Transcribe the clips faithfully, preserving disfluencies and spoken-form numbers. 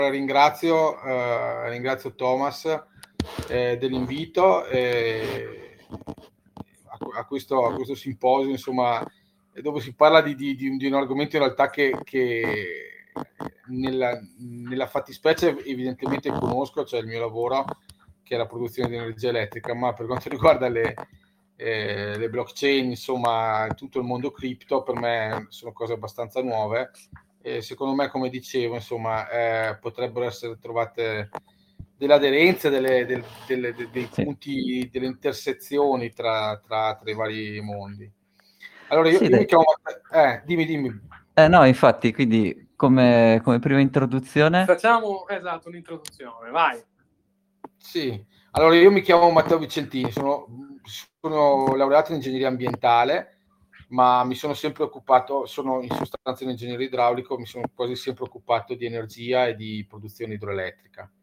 ringrazio, eh, ringrazio Thomas eh, dell'invito eh, a, a, questo, a questo simposio, insomma, dove si parla di, di, di, di un argomento in realtà che, che nella, nella fattispecie evidentemente conosco, cioè il mio lavoro, che è la produzione di energia elettrica, ma per quanto riguarda le, eh, le blockchain, insomma, tutto il mondo cripto, per me sono cose abbastanza nuove. E secondo me, come dicevo, insomma, eh, potrebbero essere trovate delle aderenze, delle, delle, delle, dei sì. punti, delle intersezioni tra, tra, tra i vari mondi. Allora, io, Sì, io mi dai. chiamo... Eh, dimmi, dimmi. Eh, no, infatti, quindi come, come prima introduzione... Facciamo, esatto, un'introduzione, vai. Sì, allora io mi chiamo Matteo Vicentini, sono, sono laureato in ingegneria ambientale, ma mi sono sempre occupato, sono in sostanza un ingegnere idraulico, mi sono quasi sempre occupato di energia e di produzione idroelettrica.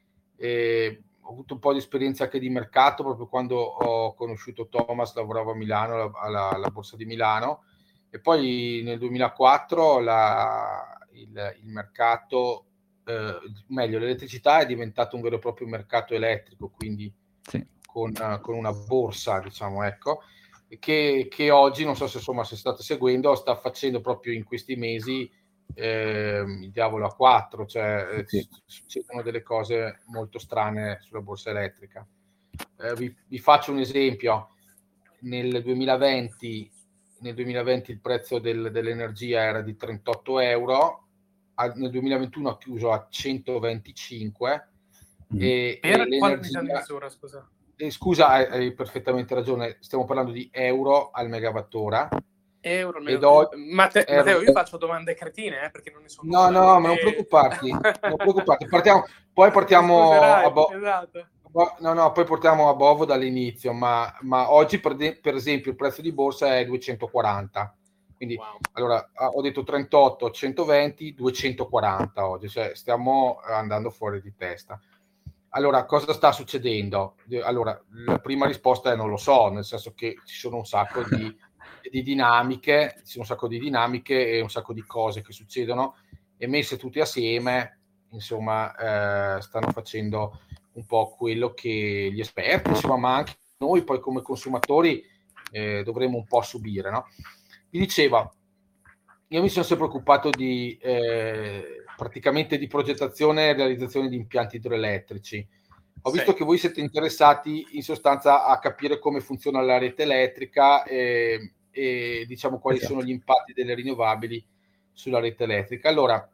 E ho avuto un po' di esperienza anche di mercato, proprio quando ho conosciuto Thomas, lavoravo a Milano, alla, alla, alla Borsa di Milano, e poi nel duemilaquattro la, il, il mercato, eh, meglio, l'elettricità è diventato un vero e proprio mercato elettrico, quindi sì. con, con una borsa, diciamo, ecco, che, che oggi, non so se insomma se state seguendo, sta facendo proprio in questi mesi eh, il diavolo a quattro, cioè Sì. succedono delle cose molto strane sulla borsa elettrica. Eh, vi, vi faccio un esempio: nel duemilaventi, nel duemilaventi il prezzo del, dell'energia era di trentotto euro, nel duemilaventuno ha chiuso a centoventicinque. Mm. E, per e quale unità di misura, scusa? Eh, scusa, hai, hai perfettamente ragione, stiamo parlando di euro al megawattora. Euro, ed ho, Mate, euro, Matteo, io faccio domande cretine, eh, perché non ne so no, nulla. no, ma e... non preoccuparti, non preoccuparti. Partiamo, poi partiamo Scuserai, a Bo- esatto. no, no, poi portiamo a Bovo dall'inizio, ma, ma oggi per, de- per esempio il prezzo di borsa è duecentoquaranta. Quindi wow. Allora ho detto trentotto, centoventi, duecentoquaranta oggi, cioè stiamo andando fuori di testa. Allora, cosa sta succedendo? Allora, la prima risposta è non lo so, nel senso che ci sono un sacco di, di dinamiche, ci sono un sacco di dinamiche e un sacco di cose che succedono e messe tutte assieme, insomma, eh, stanno facendo un po' quello che gli esperti, insomma, ma anche noi poi come consumatori eh, dovremmo un po' subire, no? Vi dicevo, io mi sono sempre occupato di eh, praticamente di progettazione e realizzazione di impianti idroelettrici. Ho visto sì. che voi siete interessati in sostanza a capire come funziona la rete elettrica e, e diciamo quali esatto. sono gli impatti delle rinnovabili sulla rete elettrica. Allora,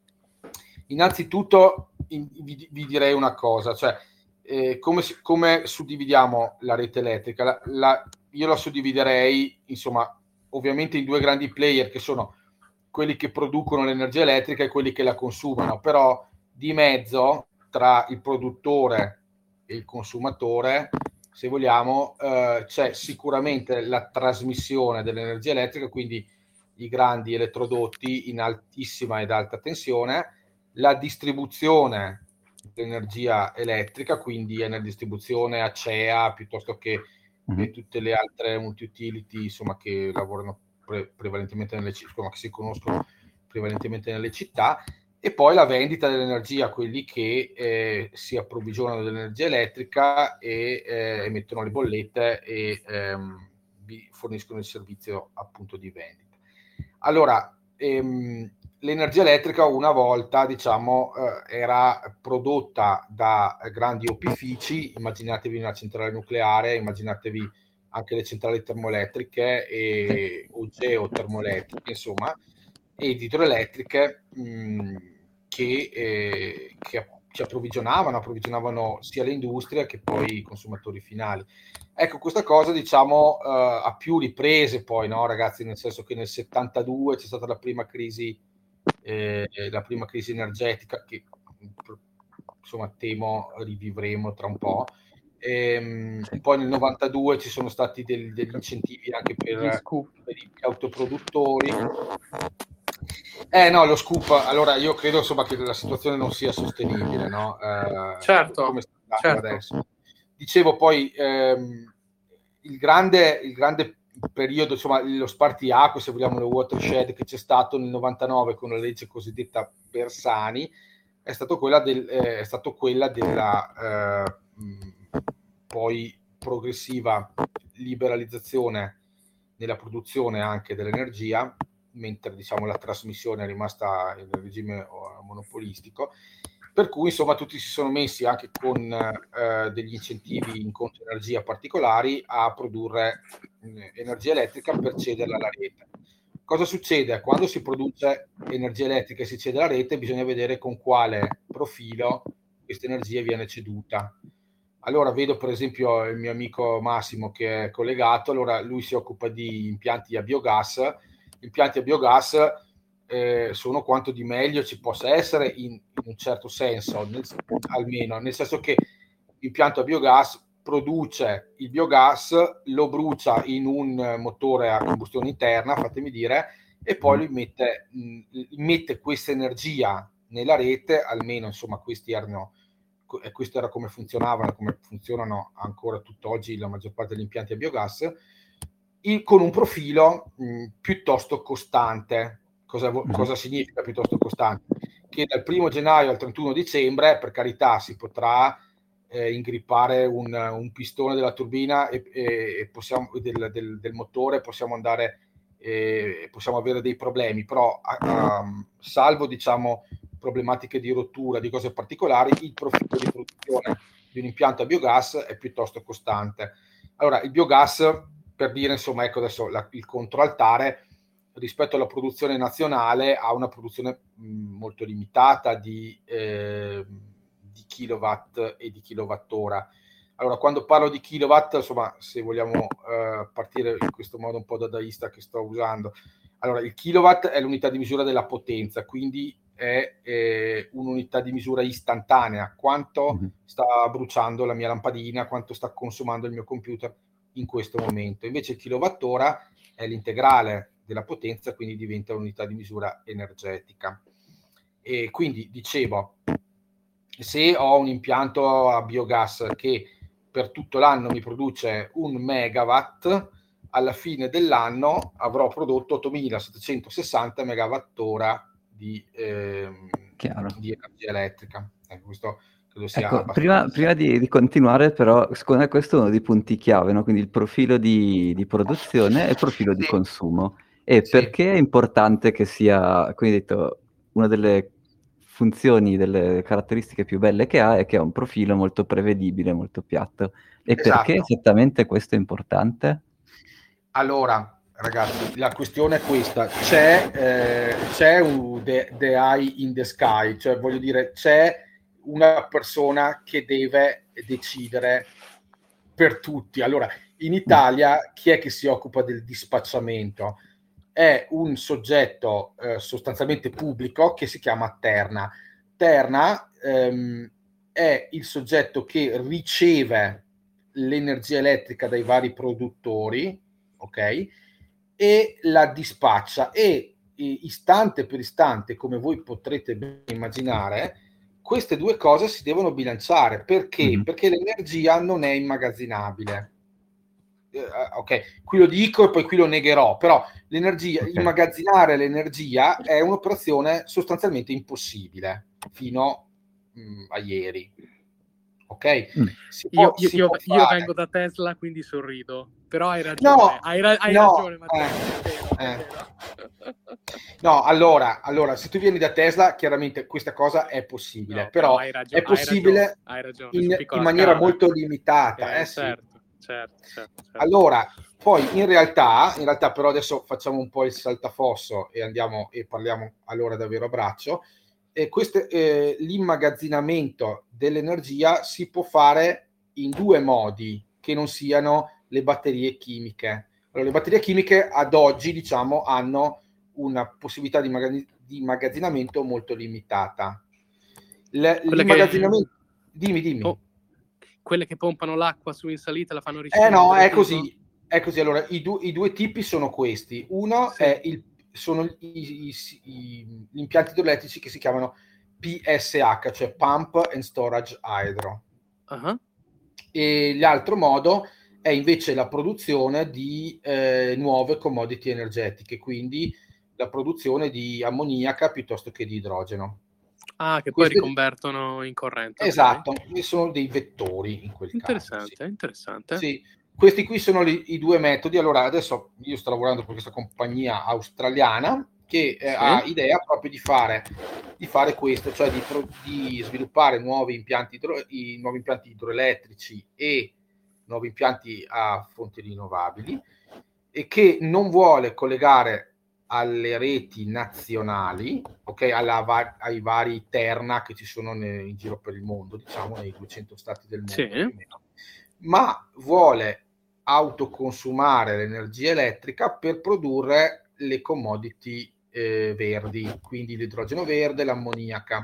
innanzitutto in, vi, vi direi una cosa, cioè eh, come, come suddividiamo la rete elettrica? La, la, io la suddividerei, insomma, ovviamente in due grandi player che sono quelli che producono l'energia elettrica e quelli che la consumano, però di mezzo tra il produttore e il consumatore, se vogliamo, eh, c'è sicuramente la trasmissione dell'energia elettrica, quindi i grandi elettrodotti in altissima ed alta tensione, la distribuzione dell'energia elettrica, quindi è una distribuzione ACEA piuttosto che, mm-hmm. che tutte le altre multi-utility, insomma, che lavorano pre- prevalentemente nelle città, che si conoscono prevalentemente nelle città, e poi la vendita dell'energia a quelli che eh, si approvvigionano dell'energia elettrica e eh, emettono le bollette e ehm, vi forniscono il servizio appunto di vendita. Allora, ehm, l'energia elettrica una volta, diciamo, eh, era prodotta da grandi opifici, immaginatevi una centrale nucleare, immaginatevi anche le centrali termoelettriche e, o geotermoelettriche, insomma, ed idroelettriche mh, che, eh, che, che approvvigionavano, approvvigionavano sia le industrie che poi i consumatori finali. Ecco, questa cosa, diciamo, uh, a più riprese poi, no, ragazzi, nel senso che nel settantadue c'è stata la prima crisi, eh, la prima crisi energetica che, insomma, temo rivivremo tra un po'. E, sì. Poi nel novantadue ci sono stati del, degli incentivi anche per, per gli autoproduttori. Eh no, lo scoop, allora io credo insomma che la situazione non sia sostenibile, no? Eh, certo, come sta certo. adesso. Dicevo poi ehm, il grande, il grande periodo, insomma, lo spartiacque, se vogliamo, lo watershed che c'è stato nel novantanove con la legge cosiddetta Bersani, è stato quella, del, eh, è stato quella della eh, mh, poi progressiva liberalizzazione nella produzione anche dell'energia, mentre diciamo la trasmissione è rimasta in regime monopolistico, per cui insomma tutti si sono messi anche con eh, degli incentivi in conto energia particolari a produrre eh, energia elettrica per cederla alla rete. Cosa succede? Quando si produce energia elettrica e si cede alla rete, bisogna vedere con quale profilo questa energia viene ceduta. Allora vedo per esempio il mio amico Massimo che è collegato, allora lui si occupa di impianti a biogas. Impianti a biogas eh, sono quanto di meglio ci possa essere in, in un certo senso, nel, almeno nel senso che l'impianto a biogas produce il biogas, lo brucia in un motore a combustione interna, fatemi dire, e poi lui mette, mh, mette questa energia nella rete, almeno insomma questi erano, e questo era come funzionavano, come funzionano ancora tutt'oggi la maggior parte degli impianti a biogas, in, con un profilo mh, piuttosto costante. Cosa, cosa significa piuttosto costante? Che dal primo gennaio al trentuno dicembre, per carità, si potrà eh, ingrippare un, un pistone della turbina e, e, e possiamo, del, del, del motore, possiamo andare, eh, possiamo avere dei problemi, però um, salvo diciamo problematiche di rottura, di cose particolari, il profilo di produzione di un impianto a biogas è piuttosto costante. Allora, il biogas, per dire, insomma, ecco adesso la, il controaltare rispetto alla produzione nazionale ha una produzione mh, molto limitata di, eh, di kilowatt e di kilowattora. Allora, quando parlo di kilowatt, insomma, se vogliamo eh, partire in questo modo un po' dadaista che sto usando, allora il kilowatt è l'unità di misura della potenza, quindi è eh, un'unità di misura istantanea, quanto mm-hmm. sta bruciando la mia lampadina, quanto sta consumando il mio computer in questo momento. Invece il kilowattora è l'integrale della potenza, quindi diventa un'unità di misura energetica. E quindi dicevo, se ho un impianto a biogas che per tutto l'anno mi produce un megawatt, alla fine dell'anno avrò prodotto ottomilasettecentosessanta megawattora di, eh, di energia elettrica. Ecco, questo credo sia ecco, prima, prima di, di continuare, però, secondo me questo è uno dei punti chiave, no? Quindi il profilo di, di produzione e il profilo di sì. consumo. E sì. perché è importante che sia, quindi detto, una delle funzioni, delle caratteristiche più belle che ha è che ha un profilo molto prevedibile, molto piatto. E Esatto. perché esattamente questo è importante? Allora, ragazzi, la questione è questa: c'è, eh, c'è un the, the eye in the sky, cioè voglio dire, c'è una persona che deve decidere per tutti. Allora, in Italia chi è che si occupa del dispacciamento? È un soggetto eh, sostanzialmente pubblico che si chiama Terna. Terna ehm, è il soggetto che riceve l'energia elettrica dai vari produttori, ok? E la dispaccia e istante per istante, come voi potrete ben immaginare, queste due cose si devono bilanciare. Perché? Mm-hmm. Perché l'energia non è immagazzinabile. Eh, ok, qui lo dico e poi qui lo negherò, però l'energia, okay. immagazzinare l'energia è un'operazione sostanzialmente impossibile fino mh, a ieri. Ok? Mm. Può, io, io, io, io vengo da Tesla, quindi sorrido, però hai ragione. No, hai, ra- hai no, ragione, Matteo. Eh, eh. No, allora, allora, se tu vieni da Tesla, chiaramente questa cosa è possibile, no, però, però ragio- è possibile hai ragione, hai ragione, in, in maniera scala. molto limitata. Eh, eh, certo, sì. certo, certo, certo. Allora, poi in realtà, in realtà però adesso facciamo un po' il saltafosso e andiamo e parliamo allora davvero a braccio. E queste, eh, l'immagazzinamento dell'energia si può fare in due modi che non siano le batterie chimiche. Allora, le batterie chimiche ad oggi, diciamo, hanno una possibilità di, mag- di immagazzinamento molto limitata. Le, l'immagazzinamento... Che... Dimmi, dimmi. Oh, quelle che pompano l'acqua su in salita la fanno ricevere. Eh no, è così. È così. Allora, i, du- i due tipi sono questi. Uno sì. è il sono i, i, i, gli impianti idroelettrici che si chiamano P S H, cioè Pump and Storage Hydro. Uh-huh. E l'altro modo è invece la produzione di eh, nuove commodity energetiche, quindi la produzione di ammoniaca piuttosto che di idrogeno. Ah, che poi Queste... riconvertono in corrente. Esatto, okay. e sono dei vettori in quel interessante, caso. Sì. Interessante. Sì. Questi qui sono li, i due metodi. Allora, adesso io sto lavorando con questa compagnia australiana che eh, sì. ha idea proprio di fare, di fare questo, cioè di, di sviluppare nuovi impianti, idro, i nuovi impianti idroelettrici e nuovi impianti a fonti rinnovabili, e che non vuole collegare alle reti nazionali, ok, alla, ai vari Terna che ci sono ne, in giro per il mondo, diciamo nei duecento stati del mondo, sì. più o meno, ma vuole autoconsumare l'energia elettrica per produrre le commodity eh, verdi, quindi l'idrogeno verde, l'ammoniaca,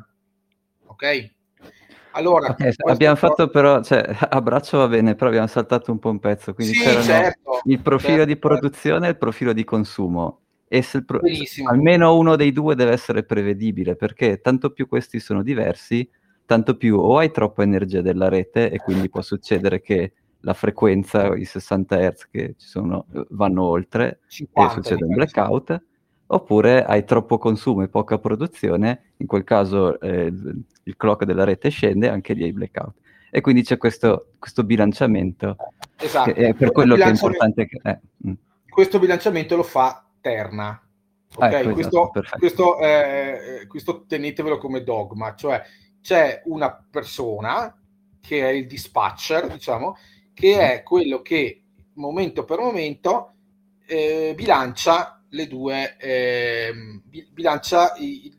ok? Allora, okay, abbiamo pro... fatto però, cioè, a braccio va bene, però abbiamo saltato un po' un pezzo, quindi sì, c'erano certo, il profilo certo, di produzione e il profilo di consumo. E se il pro... Benissimo. almeno uno dei due deve essere prevedibile, perché tanto più questi sono diversi, tanto più o hai troppa energia della rete e quindi può succedere che la frequenza, i sessanta hertz che ci sono, vanno oltre cinquanta, e succede un blackout, oppure hai troppo consumo e poca produzione, in quel caso eh, il, il clock della rete scende, anche lì hai blackout. E quindi c'è questo, questo bilanciamento, esatto. che è per questo quello che è importante. Che, eh, mm. Questo bilanciamento lo fa Terna. Ok, ecco, questo, esatto, questo, eh, questo tenetevelo come dogma, cioè c'è una persona che è il dispatcher, diciamo, che è quello che momento per momento eh, bilancia le due eh, bilancia i,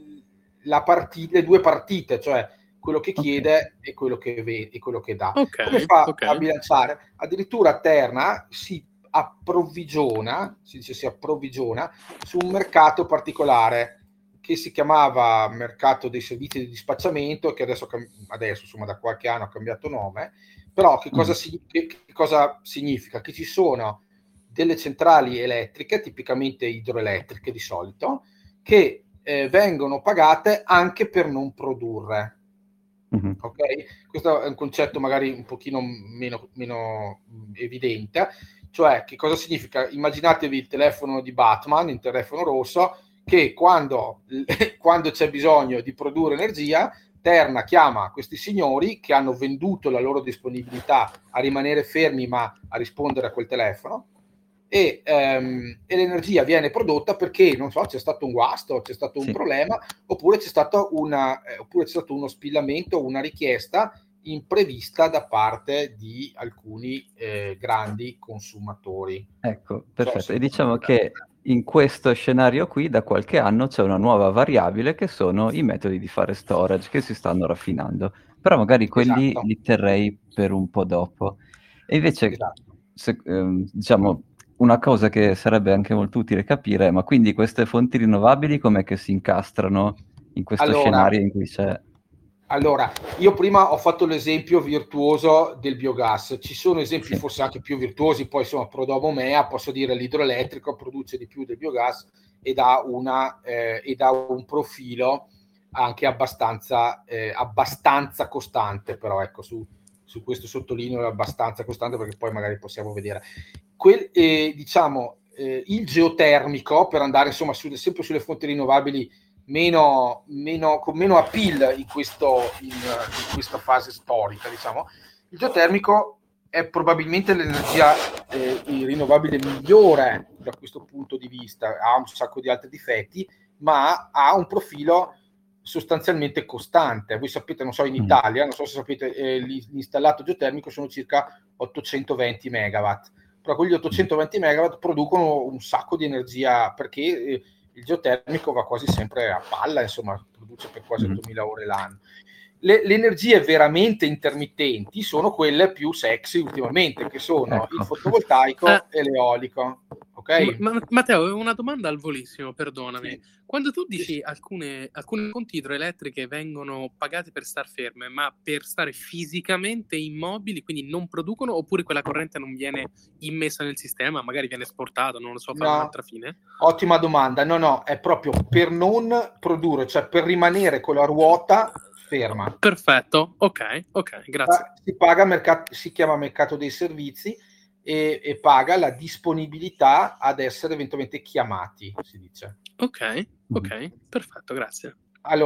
la partita, le due partite, cioè quello che chiede okay. e quello che vede e quello che dà. Okay, Come fa okay. a bilanciare? Addirittura Terna si approvvigiona, si dice si approvvigiona su un mercato particolare che si chiamava mercato dei servizi di dispacciamento, che adesso, adesso insomma da qualche anno ha cambiato nome, però che cosa, mm. si, che, che cosa significa? Che ci sono delle centrali elettriche, tipicamente idroelettriche di solito, che eh, vengono pagate anche per non produrre. Mm-hmm. Ok? Questo è un concetto magari un pochino meno, meno evidente, cioè che cosa significa? Immaginatevi il telefono di Batman, il telefono rosso, che quando, quando c'è bisogno di produrre energia, Terna chiama questi signori che hanno venduto la loro disponibilità a rimanere fermi ma a rispondere a quel telefono, e, um, e l'energia viene prodotta perché, non so, c'è stato un guasto, c'è stato un sì. problema, oppure c'è stato una, eh, oppure c'è stato uno spillamento, una richiesta imprevista da parte di alcuni eh, grandi consumatori. Ecco, perfetto. So, e diciamo che in questo scenario qui da qualche anno c'è una nuova variabile che sono i metodi di fare storage che si stanno raffinando, però magari quelli esatto. li terrei per un po' dopo. E invece, esatto. se, ehm, diciamo, una cosa che sarebbe anche molto utile capire, ma quindi queste fonti rinnovabili com'è che si incastrano in questo allora, scenario in cui c'è... Allora, io prima ho fatto l'esempio virtuoso del biogas, ci sono esempi sì. forse anche più virtuosi, poi insomma Prodomomea, posso dire l'idroelettrico produce di più del biogas ed ha, una, eh, ed ha un profilo anche abbastanza, eh, abbastanza costante, però ecco su, su questo sottolineo abbastanza costante perché poi magari possiamo vedere. Quel, eh, diciamo, eh, il geotermico, per andare insomma su, sempre sulle fonti rinnovabili meno, meno, con meno appeal in, questo, in, in questa fase storica, diciamo, il geotermico è probabilmente l'energia eh, rinnovabile migliore da questo punto di vista, ha un sacco di altri difetti, ma ha un profilo sostanzialmente costante. Voi sapete, non so, in Italia, non so se sapete, eh, l'installato geotermico sono circa ottocentoventi megawatt, però quegli ottocentoventi megawatt producono un sacco di energia perché eh, il geotermico va quasi sempre a palla, insomma, produce per quasi ottomila ore l'anno. Le, le energie veramente intermittenti sono quelle più sexy ultimamente, che sono ecco. il fotovoltaico eh. e l'eolico. Okay? Ma, Matteo, avevo una domanda al volissimo, perdonami. Sì. Quando tu dici sì. alcune, alcune fonti idroelettriche vengono pagate per star ferme, ma per stare fisicamente immobili, quindi non producono, oppure quella corrente non viene immessa nel sistema, magari viene esportata, non lo so, fa no. un'altra fine? Ottima domanda. No, no, è proprio per non produrre, cioè per rimanere con la ruota ferma. Perfetto, ok, ok, grazie. Si paga mercato, si chiama mercato dei servizi e, e paga la disponibilità ad essere eventualmente chiamati, si dice. Ok, ok, perfetto, grazie. Allora,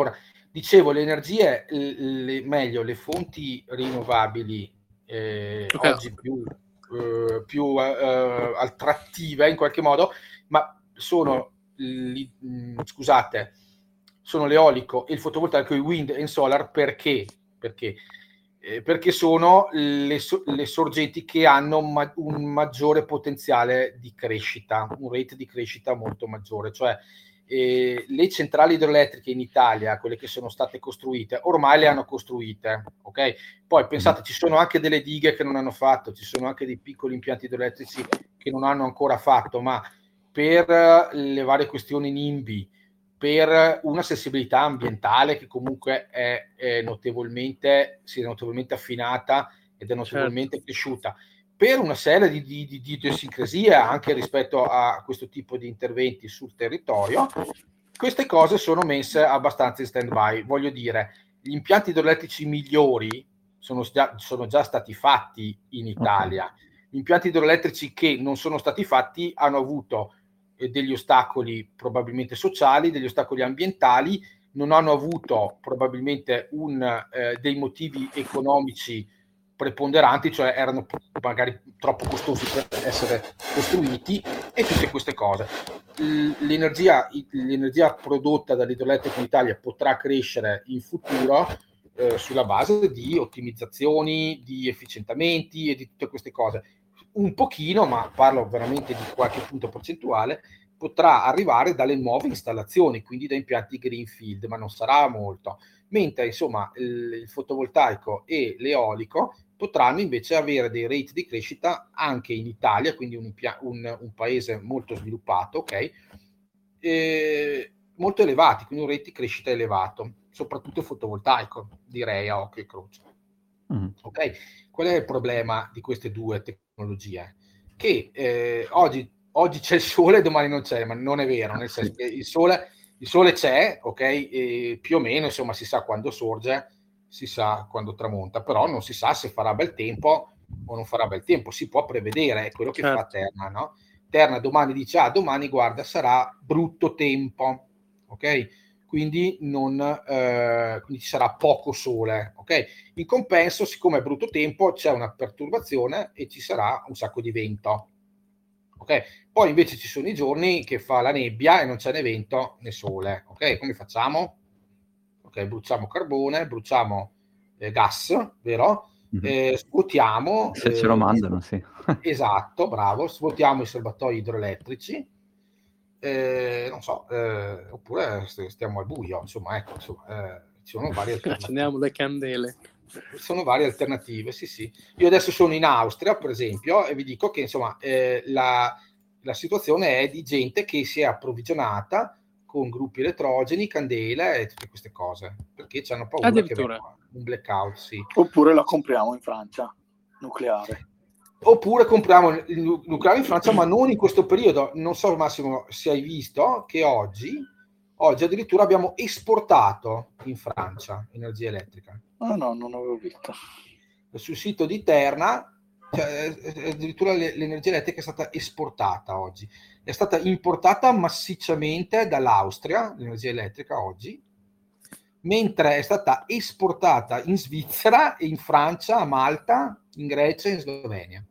Dicevo, le energie, le, meglio, le fonti rinnovabili eh, okay. oggi più, eh, più eh, attrattive in qualche modo, ma sono, li, mh, scusate, sono l'eolico, il fotovoltaico, il wind e il solar, perché? Perché? Eh, perché sono le, le sorgenti che hanno ma, un maggiore potenziale di crescita, un rate di crescita molto maggiore, cioè eh, le centrali idroelettriche in Italia, quelle che sono state costruite, ormai le hanno costruite, ok? Poi pensate, ci sono anche delle dighe che non hanno fatto, ci sono anche dei piccoli impianti idroelettrici che non hanno ancora fatto, ma per le varie questioni NIMBY, per una sensibilità ambientale che comunque è, è notevolmente, si è notevolmente affinata ed è notevolmente certo. cresciuta, per una serie di, di, di, di idiosincrasie anche rispetto a questo tipo di interventi sul territorio, queste cose sono messe abbastanza in stand-by. Voglio dire, gli impianti idroelettrici migliori sono già, sono già stati fatti in Italia. Okay. Gli impianti idroelettrici che non sono stati fatti hanno avuto degli ostacoli probabilmente sociali, degli ostacoli ambientali, non hanno avuto probabilmente un, eh, dei motivi economici preponderanti, cioè erano magari troppo costosi per essere costruiti, e tutte queste cose. L'energia, l'energia prodotta dall'idroelettrico in Italia potrà crescere in futuro eh, sulla base di ottimizzazioni, di efficientamenti e di tutte queste cose. Un pochino, ma parlo veramente di qualche punto percentuale, potrà arrivare dalle nuove installazioni, quindi da impianti greenfield, ma non sarà molto. Mentre insomma il, il fotovoltaico e l'eolico potranno invece avere dei rate di crescita anche in Italia, quindi un, un, un paese molto sviluppato, ok? E molto elevati, quindi un rate di crescita elevato, soprattutto il fotovoltaico, direi a occhio e croce. Mm. Ok? Qual è il problema di queste due tecnologie? Che eh, oggi, oggi c'è il sole, domani non c'è, ma non è vero, nel senso che il sole, il sole c'è, ok? E più o meno, insomma, si sa quando sorge, si sa quando tramonta, però non si sa se farà bel tempo o non farà bel tempo. Si può prevedere, è quello che certo. fa Terna, no? Terna domani dice, ah, domani guarda, sarà brutto tempo, ok? Quindi, non, eh, quindi ci sarà poco sole, ok? In compenso, siccome è brutto tempo, c'è una perturbazione e ci sarà un sacco di vento, ok? Poi invece ci sono i giorni che fa la nebbia e non c'è né vento né sole, ok? Come facciamo? Ok, bruciamo carbone, bruciamo eh, gas, vero? Eh, svuotiamo. Se eh, ce lo mandano, sì. Esatto, bravo, svuotiamo i serbatoi idroelettrici. Eh, non so, eh, oppure stiamo al buio, insomma, ecco, insomma, eh, ci sono varie alternative. Accendiamo le candele. Ci sono varie alternative, sì, sì. Io adesso sono in Austria, per esempio, e vi dico che, insomma, eh, la, la situazione è di gente che si è approvvigionata con gruppi elettrogeni, candela e tutte queste cose, perché ci hanno paura che venga un blackout, sì. Oppure la compriamo in Francia, nucleare. Oppure compriamo il nucleare in Francia, ma non in questo periodo. Non so, Massimo, se hai visto che oggi, oggi addirittura abbiamo esportato in Francia energia elettrica. Ah no, non avevo visto. Sul sito di Terna, cioè, addirittura l'energia elettrica è stata esportata oggi. È stata importata massicciamente dall'Austria, l'energia elettrica oggi, mentre è stata esportata in Svizzera, in Francia, a Malta, in Grecia e in Slovenia.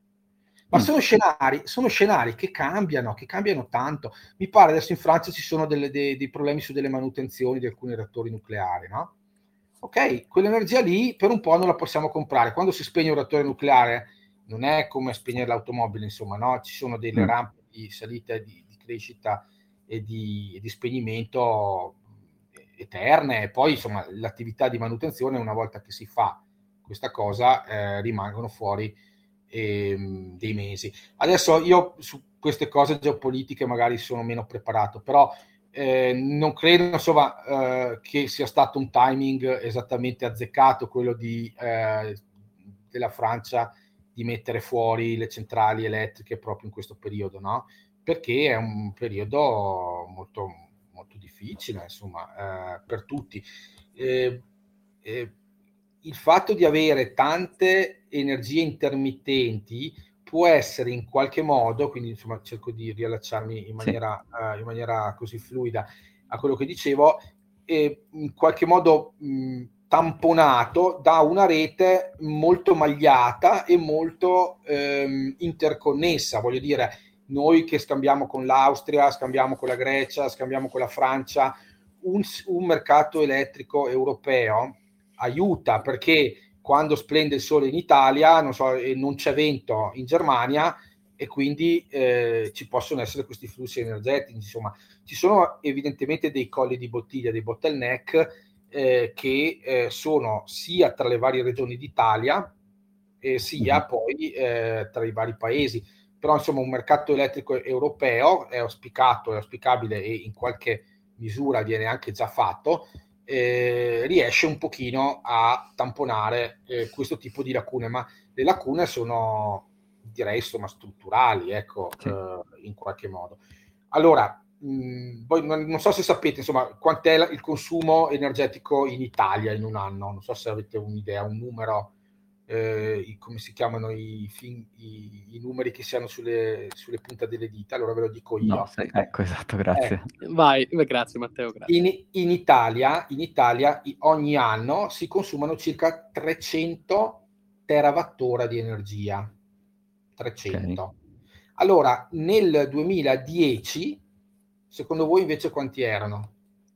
Ma sono scenari, sono scenari che cambiano, che cambiano tanto. Mi pare adesso in Francia ci sono delle, dei, dei problemi su delle manutenzioni di alcuni reattori nucleari, no? Ok, quell'energia lì per un po' non la possiamo comprare. Quando si spegne un reattore nucleare non è come spegnere l'automobile, insomma, no? Ci sono delle rampe di salita, di, di crescita e di, e di spegnimento eterne, e poi insomma l'attività di manutenzione, una volta che si fa questa cosa, eh, rimangono fuori ehm, dei mesi. Adesso io su queste cose geopolitiche magari sono meno preparato, però eh, non credo, insomma, eh, che sia stato un timing esattamente azzeccato quello di, eh, della Francia di mettere fuori le centrali elettriche proprio in questo periodo, no? Perché è un periodo molto molto difficile, insomma, eh, per tutti. Eh, eh, il fatto di avere tante energie intermittenti può essere in qualche modo, quindi insomma cerco di riallacciarmi in maniera, sì. uh, in maniera così fluida a quello che dicevo, eh, in qualche modo mh, tamponato da una rete molto magliata e molto ehm, interconnessa. Voglio dire, noi che scambiamo con l'Austria, scambiamo con la Grecia, scambiamo con la Francia, un, un mercato elettrico europeo aiuta, perché quando splende il sole in Italia, non so, e non c'è vento in Germania, e quindi eh, ci possono essere questi flussi energetici. Insomma, ci sono evidentemente dei colli di bottiglia, dei bottleneck eh, che eh, sono sia tra le varie regioni d'Italia eh, sia mm-hmm. poi eh, tra i vari paesi. Però insomma un mercato elettrico europeo è auspicato, è auspicabile, e in qualche misura viene anche già fatto, eh, riesce un pochino a tamponare eh, questo tipo di lacune, ma le lacune sono, direi, insomma, strutturali, ecco, sì. eh, in qualche modo. Allora, mh, poi non, non so se sapete, insomma, quant'è il consumo energetico in Italia in un anno, non so se avete un'idea, un numero, eh, come si chiamano i, i, i numeri che si hanno sulle, sulle punte delle dita. Allora ve lo dico io. No, sei, ecco, esatto, grazie. Eh, Vai, grazie Matteo, grazie. In, in Italia, in Italia ogni anno si consumano circa trecento terawattora di energia. trecento. Okay. Allora, nel duemiladieci, secondo voi invece quanti erano?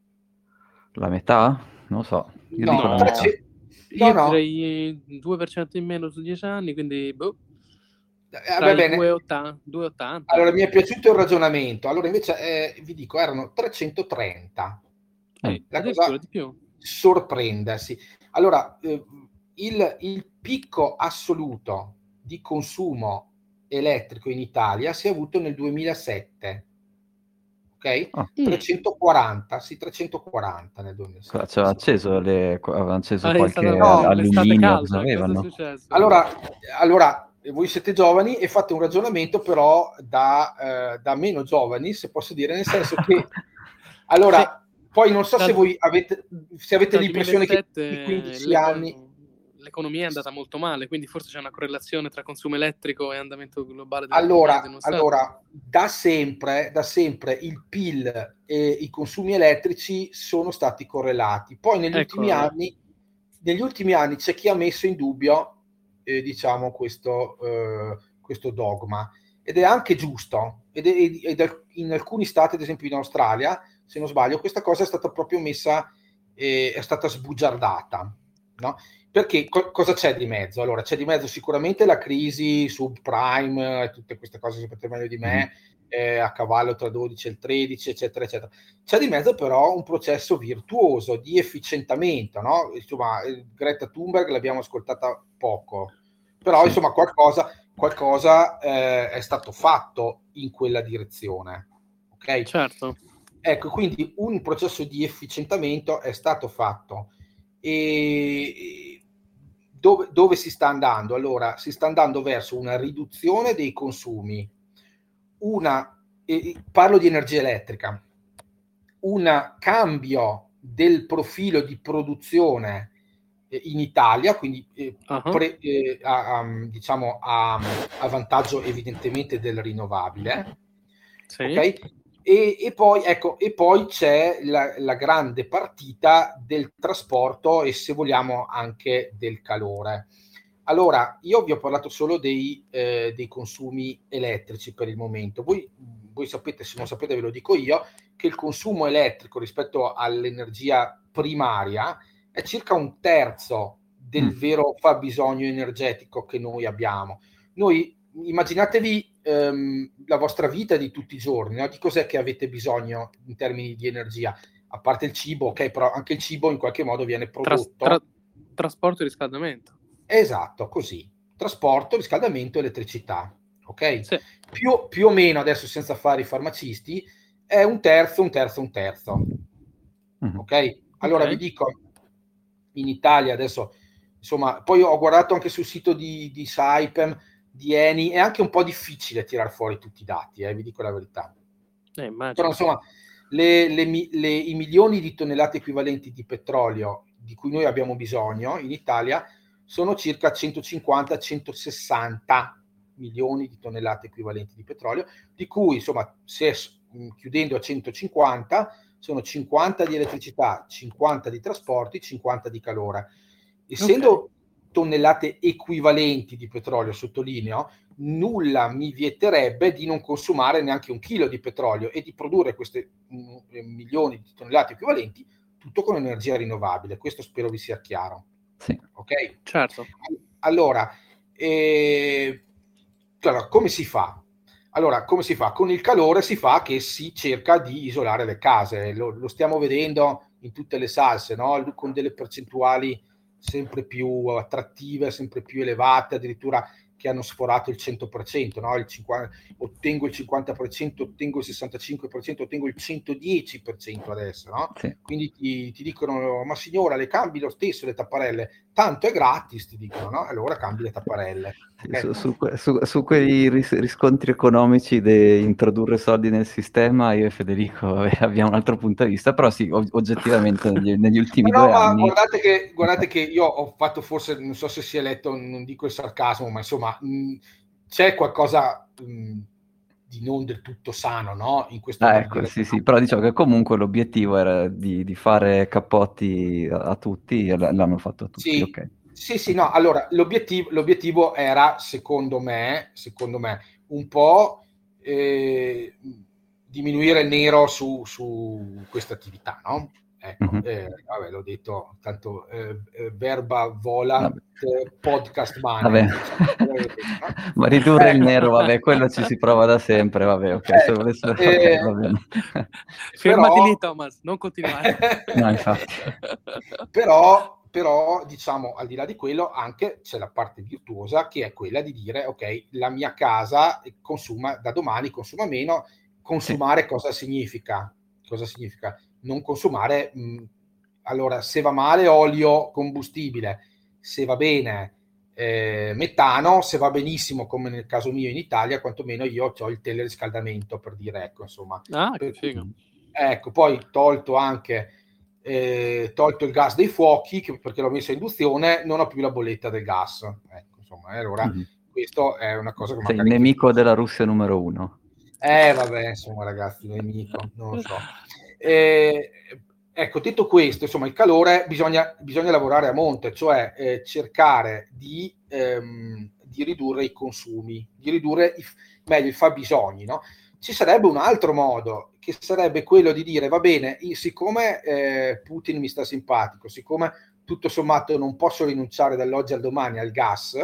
La metà? Non lo so. Io no, dico la trecento. Io no, direi no. due per cento in meno su dieci anni, quindi boh. Eh, bene. due virgola ottanta. Allora, mi è piaciuto il ragionamento. Allora, invece, eh, vi dico, erano trecentotrenta. Eh, La cosa di più. sorprende, sì. Allora, eh, il, il picco assoluto di consumo elettrico in Italia si è avuto nel duemilasette. Ok? Oh. trecentoquaranta, sì, trecentoquaranta nel duemilasette. C'era acceso, le, avevano acceso ah, qualche no, alluminio, cosa avevano? Cosa allora, allora, voi siete giovani e fate un ragionamento però da, eh, da meno giovani, se posso dire, nel senso che allora, sì. Poi non so da, se voi avete, se avete l'impressione che in quindici anni l'economia è andata molto male, quindi forse c'è una correlazione tra consumo elettrico e andamento globale dell'economia. Allora, allora da sempre, da sempre il P I L e i consumi elettrici sono stati correlati. Poi negli ecco, ultimi anni, negli ultimi anni c'è chi ha messo in dubbio, eh, diciamo, questo, eh, questo dogma, ed è anche giusto. Ed, è, ed in alcuni stati, ad esempio in Australia, se non sbaglio, questa cosa è stata proprio messa, eh, è stata sbugiardata, no? Perché co- cosa c'è di mezzo? Allora, c'è di mezzo sicuramente la crisi subprime e tutte queste cose, sapete meglio di me, eh, a cavallo tra dodici e il tredici, eccetera, eccetera. C'è di mezzo però un processo virtuoso di efficientamento, no? Insomma, Greta Thunberg l'abbiamo ascoltata poco, però sì. insomma qualcosa, qualcosa eh, è stato fatto in quella direzione, ok? Certo. Ecco, quindi un processo di efficientamento è stato fatto. E dove, dove si sta andando? Allora, si sta andando verso una riduzione dei consumi, una, eh, parlo di energia elettrica, un cambio del profilo di produzione eh, in Italia, quindi eh, uh-huh. pre, eh, a, a, diciamo a, a vantaggio evidentemente del rinnovabile, sì. ok? E, e, poi, ecco, e poi c'è la, la grande partita del trasporto e, se vogliamo, anche del calore. Allora, io vi ho parlato solo dei, eh, dei consumi elettrici per il momento. Voi, voi sapete, se non sapete ve lo dico io, che il consumo elettrico rispetto all'energia primaria è circa un terzo del mm. vero fabbisogno energetico che noi abbiamo. Noi, immaginatevi ehm, la vostra vita di tutti i giorni, no? Di cos'è che avete bisogno in termini di energia? A parte il cibo, ok, però anche il cibo in qualche modo viene prodotto. Tra, tra, trasporto e riscaldamento. Esatto, così. Trasporto, riscaldamento, elettricità, ok? Sì. Più, più o meno, adesso senza fare i farmacisti, è un terzo, un terzo, un terzo. Mm-hmm. Ok? Allora okay. vi dico, in Italia adesso, insomma, poi ho guardato anche sul sito di, di Saipem, di Eni, è anche un po' difficile tirar fuori tutti i dati, eh, vi dico la verità. Eh, Però insomma, le, le, le, i milioni di tonnellate equivalenti di petrolio di cui noi abbiamo bisogno in Italia sono circa centocinquanta centosessanta milioni di tonnellate equivalenti di petrolio, di cui, insomma, se chiudendo a centocinquanta, sono cinquanta di elettricità, cinquanta di trasporti, cinquanta di calore. Essendo okay. tonnellate equivalenti di petrolio, sottolineo, nulla mi vieterebbe di non consumare neanche un chilo di petrolio e di produrre queste mh, milioni di tonnellate equivalenti tutto con energia rinnovabile. Questo spero vi sia chiaro. Sì. Ok? Certo. Allora, eh, allora, come si fa? Allora, come si fa? Con il calore si fa che si cerca di isolare le case. Lo, lo stiamo vedendo in tutte le salse, no? Con delle percentuali sempre più attrattive, sempre più elevate, addirittura che hanno sforato il cento per cento, no? Il cinquanta, ottengo il cinquanta per cento, ottengo il sessantacinque per cento, ottengo il centodieci per cento adesso, no? Sì. Quindi ti, ti dicono, ma signora, le cambi lo stesso le tapparelle? Tanto è gratis, ti dicono, no? Allora cambi le tapparelle. Sì, Okay? su, su, su, su quei ris- riscontri economici di introdurre soldi nel sistema, io e Federico eh, abbiamo un altro punto di vista, però sì, og- oggettivamente negli, negli ultimi no, due ma anni... Guardate che, guardate che io ho fatto forse, non so se si è letto, non dico il sarcasmo, ma insomma mh, c'è qualcosa mh, di non del tutto sano, no? In questo Ah, modo ecco, di sì, sì, però diciamo che comunque l'obiettivo era di, di fare cappotti a, a tutti e l- l'hanno fatto a tutti, Sì, ok. sì, sì, no, allora l'obiettivo, l'obiettivo era, secondo me, secondo me, un po' eh, diminuire il nero su, su questa attività, no? Ecco, Mhm. eh, vabbè, l'ho detto, tanto eh, eh, verba volant, Vabbè. podcast Vabbè. manent. No? Ma ridurre il Ecco. nero, vabbè, quello ci si prova da sempre, vabbè, ok, Eh, se volesse... eh, ok, va bene. Fermati però... lì, Thomas, non continuare. No, infatti. però, però, diciamo, al di là di quello, anche c'è la parte virtuosa che è quella di dire, ok, la mia casa consuma, da domani consuma meno. Consumare sì. Cosa significa? Cosa significa? Non consumare, mh, allora, se va male olio combustibile, se va bene eh, metano, se va benissimo, come nel caso mio in Italia, quantomeno io ho il teleriscaldamento, per dire, ecco, insomma. Ah, che per, figo. Ecco, poi tolto anche eh, tolto il gas dei fuochi, che, perché l'ho messo a induzione, non ho più la bolletta del gas. Ecco, insomma, eh, allora mm-hmm. questo è una cosa che sei magari... il nemico della Russia numero uno. Eh, vabbè, insomma, ragazzi, nemico, non lo so. Eh, ecco, detto questo, insomma, il calore bisogna, bisogna lavorare a monte, cioè eh, cercare di, ehm, di ridurre i consumi, di ridurre, i, meglio, i fabbisogni, no? Ci sarebbe un altro modo, che sarebbe quello di dire, va bene, io, siccome eh, Putin mi sta simpatico, siccome tutto sommato non posso rinunciare dall'oggi al domani al gas,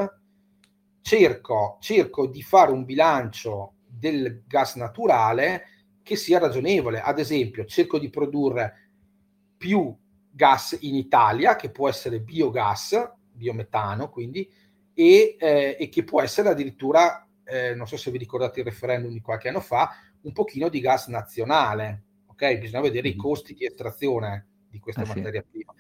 cerco, cerco di fare un bilancio del gas naturale che sia ragionevole. Ad esempio, cerco di produrre più gas in Italia, che può essere biogas, biometano, quindi, e, eh, e che può essere addirittura, eh, non so se vi ricordate il referendum di qualche anno fa, un pochino di gas nazionale. Ok, bisogna vedere mm-hmm. i costi di estrazione di questa eh, materia sì. prima.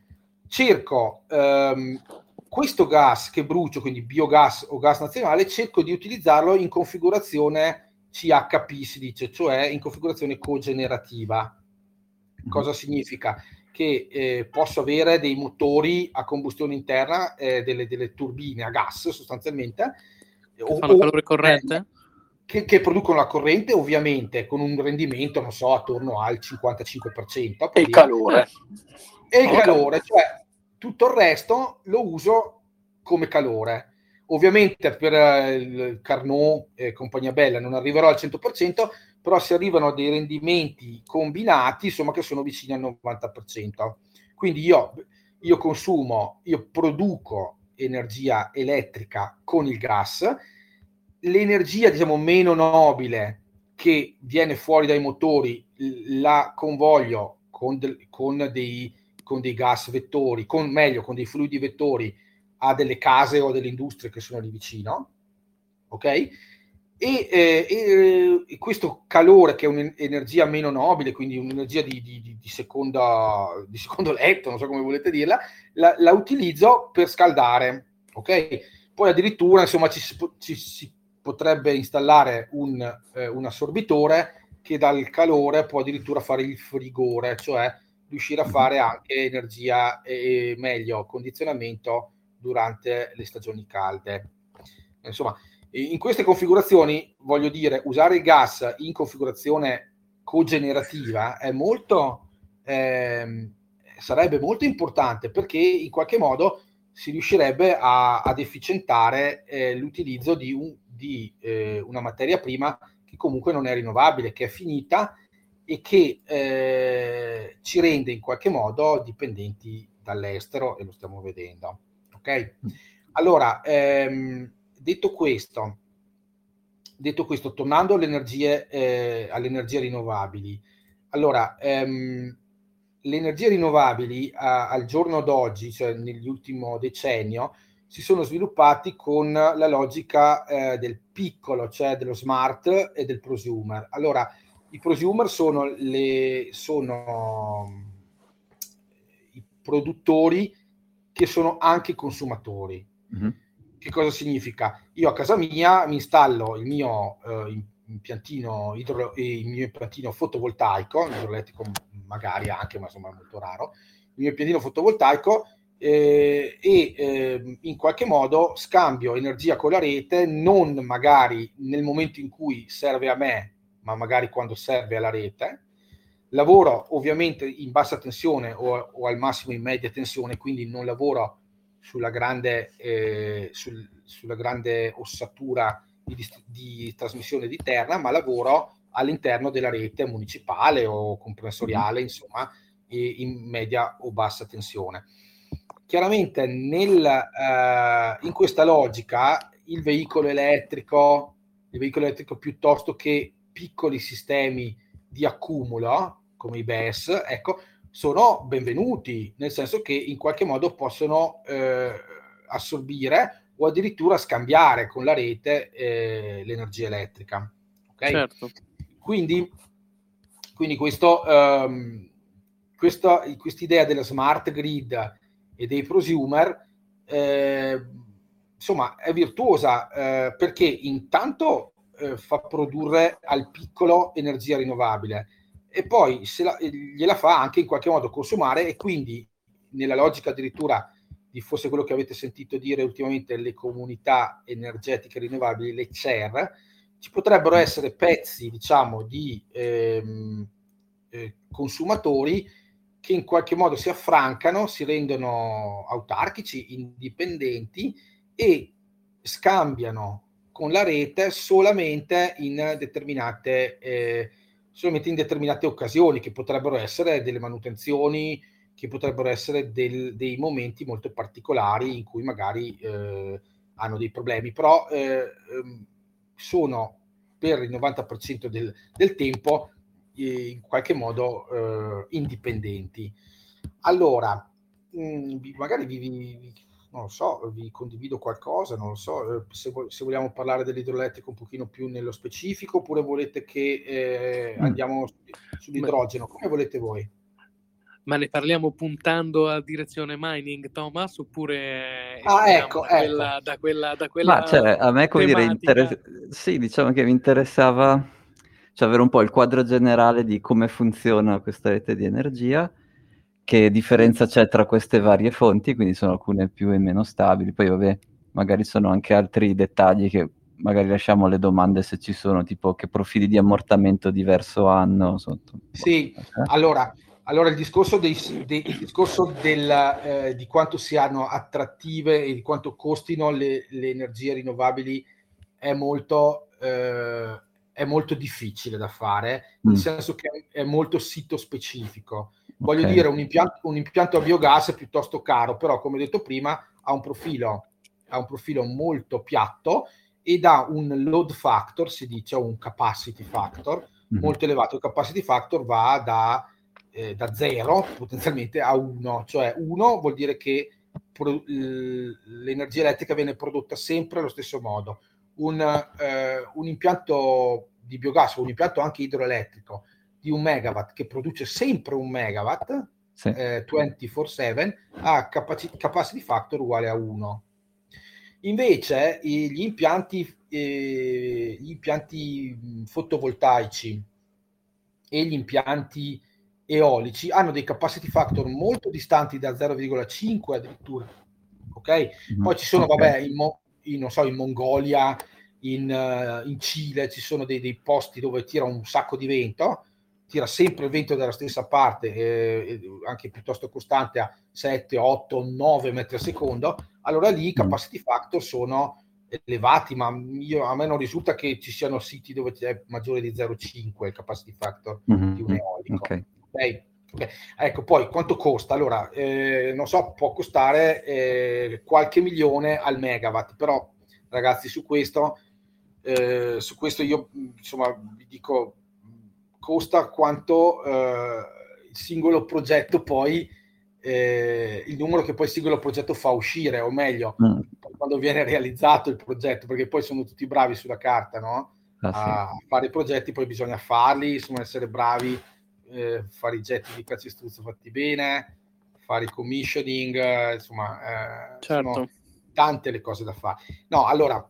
Cerco ehm, questo gas che brucio, quindi biogas o gas nazionale, cerco di utilizzarlo in configurazione C H P, si dice, cioè in configurazione cogenerativa. Cosa mm-hmm. significa? Che eh, posso avere dei motori a combustione interna, eh, delle, delle turbine a gas sostanzialmente. Che o, fanno calore corrente? Eh, che, che producono la corrente, ovviamente, con un rendimento, non so, attorno al cinquantacinque per cento. E il calore. E il okay. calore, cioè tutto il resto lo uso come calore. Ovviamente per eh, il Carnot e eh, compagnia bella non arriverò al cento per cento, però si arrivano a dei rendimenti combinati, insomma, che sono vicini al novanta per cento. Quindi io, io consumo, io produco energia elettrica con il gas, l'energia, diciamo, meno nobile che viene fuori dai motori la convoglio con, de- con dei con dei gas vettori, con meglio con dei fluidi vettori a delle case o delle industrie che sono lì vicino, ok? E, eh, e questo calore, che è un'energia meno nobile, quindi un'energia di, di, di, seconda, di secondo letto, non so come volete dirla, la, la utilizzo per scaldare, ok? Poi addirittura, insomma, ci, ci si potrebbe installare un, eh, un assorbitore che dal calore può addirittura fare il frigore, cioè riuscire a fare anche energia e meglio condizionamento durante le stagioni calde. Insomma, in queste configurazioni, voglio dire, usare il gas in configurazione cogenerativa è molto eh, sarebbe molto importante, perché in qualche modo si riuscirebbe a, ad efficientare eh, l'utilizzo di, un, di eh, una materia prima che comunque non è rinnovabile, che è finita e che eh, ci rende in qualche modo dipendenti dall'estero, e lo stiamo vedendo. Ok? Allora, ehm, detto questo, detto questo, tornando alle energie, eh, alle energie rinnovabili, allora, ehm, le energie rinnovabili a, al giorno d'oggi, cioè nell'ultimo decennio, si sono sviluppati con la logica eh, del piccolo, cioè dello smart e del prosumer. Allora, i prosumer sono, le, sono i produttori che sono anche consumatori. Mm-hmm. Che cosa significa? Io a casa mia mi installo il mio eh, impiantino, idro, il mio impiantino fotovoltaico, idroelettrico magari anche, ma insomma è molto raro, il mio impiantino fotovoltaico eh, e eh, in qualche modo scambio energia con la rete, non magari nel momento in cui serve a me, ma magari quando serve alla rete. Lavoro ovviamente in bassa tensione o, o al massimo in media tensione, quindi non lavoro sulla grande, eh, sul, sulla grande ossatura di, di trasmissione di Terna, ma lavoro all'interno della rete municipale o comprensoriale, mm-hmm. insomma, in media o bassa tensione. Chiaramente nel, eh, in questa logica il veicolo elettrico, il veicolo elettrico piuttosto che piccoli sistemi di accumulo come i B E S, ecco, sono benvenuti, nel senso che in qualche modo possono eh, assorbire o addirittura scambiare con la rete eh, l'energia elettrica. Okay? Certo. Quindi, quindi questo, ehm, questa idea della smart grid e dei prosumer eh, insomma è virtuosa eh, perché intanto eh, fa produrre al piccolo energia rinnovabile e poi se la, gliela fa anche in qualche modo consumare, e quindi nella logica addirittura di forse quello che avete sentito dire ultimamente, le comunità energetiche rinnovabili, le C E R, ci potrebbero essere pezzi, diciamo, di ehm, eh, consumatori che in qualche modo si affrancano, si rendono autarchici, indipendenti e scambiano con la rete solamente in determinate eh, solamente in determinate occasioni, che potrebbero essere delle manutenzioni, che potrebbero essere del, dei momenti molto particolari in cui magari eh, hanno dei problemi, però eh, sono per il novanta per cento del, del tempo eh, in qualche modo eh, indipendenti. Allora, mh, magari vi, vi, non lo so, vi condivido qualcosa, non lo so, se, se vogliamo parlare dell'idroelettrico un pochino più nello specifico, oppure volete che eh, andiamo sull'idrogeno, come volete voi. Ma ne parliamo puntando a direzione mining, Thomas, oppure ah, ecco, da, quella, ecco. da quella da quella Ma cioè, a me come dire, interess- sì, diciamo che mi interessava cioè, avere un po' il quadro generale di come funziona questa rete di energia, che differenza c'è tra queste varie fonti, quindi sono alcune più e meno stabili, poi vabbè, magari sono anche altri dettagli che magari lasciamo alle domande se ci sono, tipo che profili di ammortamento diverso hanno. Sotto. Sì, eh? allora, allora il discorso, dei, dei, il discorso del, eh, di quanto siano attrattive e di quanto costino le, le energie rinnovabili è molto... Eh, è molto difficile da fare, nel mm. senso che è molto sito specifico. Voglio okay. dire, un impianto, un impianto a biogas è piuttosto caro, però come detto prima ha un profilo, ha un profilo molto piatto ed ha un load factor, si dice, un capacity factor, mm. molto elevato. Il capacity factor va da, eh, da zero potenzialmente a uno, cioè uno vuol dire che pro, l'energia elettrica viene prodotta sempre allo stesso modo. Un, eh, un impianto di biogas o un impianto anche idroelettrico di un megawatt che produce sempre un megawatt sì. eh, ventiquattro sette ha capaci- capacity factor uguale a uno. Invece gli impianti eh, gli impianti fotovoltaici e gli impianti eolici hanno dei capacity factor molto distanti da zero virgola cinque addirittura, ok? Mm-hmm. Poi ci sono okay. vabbè in mo- In, non so, in Mongolia, in, uh, in Cile ci sono dei, dei posti dove tira un sacco di vento, tira sempre il vento dalla stessa parte, eh, anche piuttosto costante a sette, otto, nove metri al secondo, allora lì i capacity factor sono elevati, ma io, a me non risulta che ci siano siti dove è maggiore di zero virgola cinque il capacity factor mm-hmm. di un eolico. Okay. Okay. Okay. Ecco, poi quanto costa? Allora, eh, non so, può costare eh, qualche milione al megawatt, però ragazzi su questo, eh, su questo io insomma vi dico, costa quanto eh, il singolo progetto poi, eh, il numero che poi il singolo progetto fa uscire, o meglio, mm. quando viene realizzato il progetto, perché poi sono tutti bravi sulla carta, no? Ah, a sì. fare i progetti, poi bisogna farli, insomma essere bravi, eh, fare i getti di calcestruzzo fatti bene, fare il commissioning, eh, insomma, eh, certo. sono tante le cose da fare. No, allora,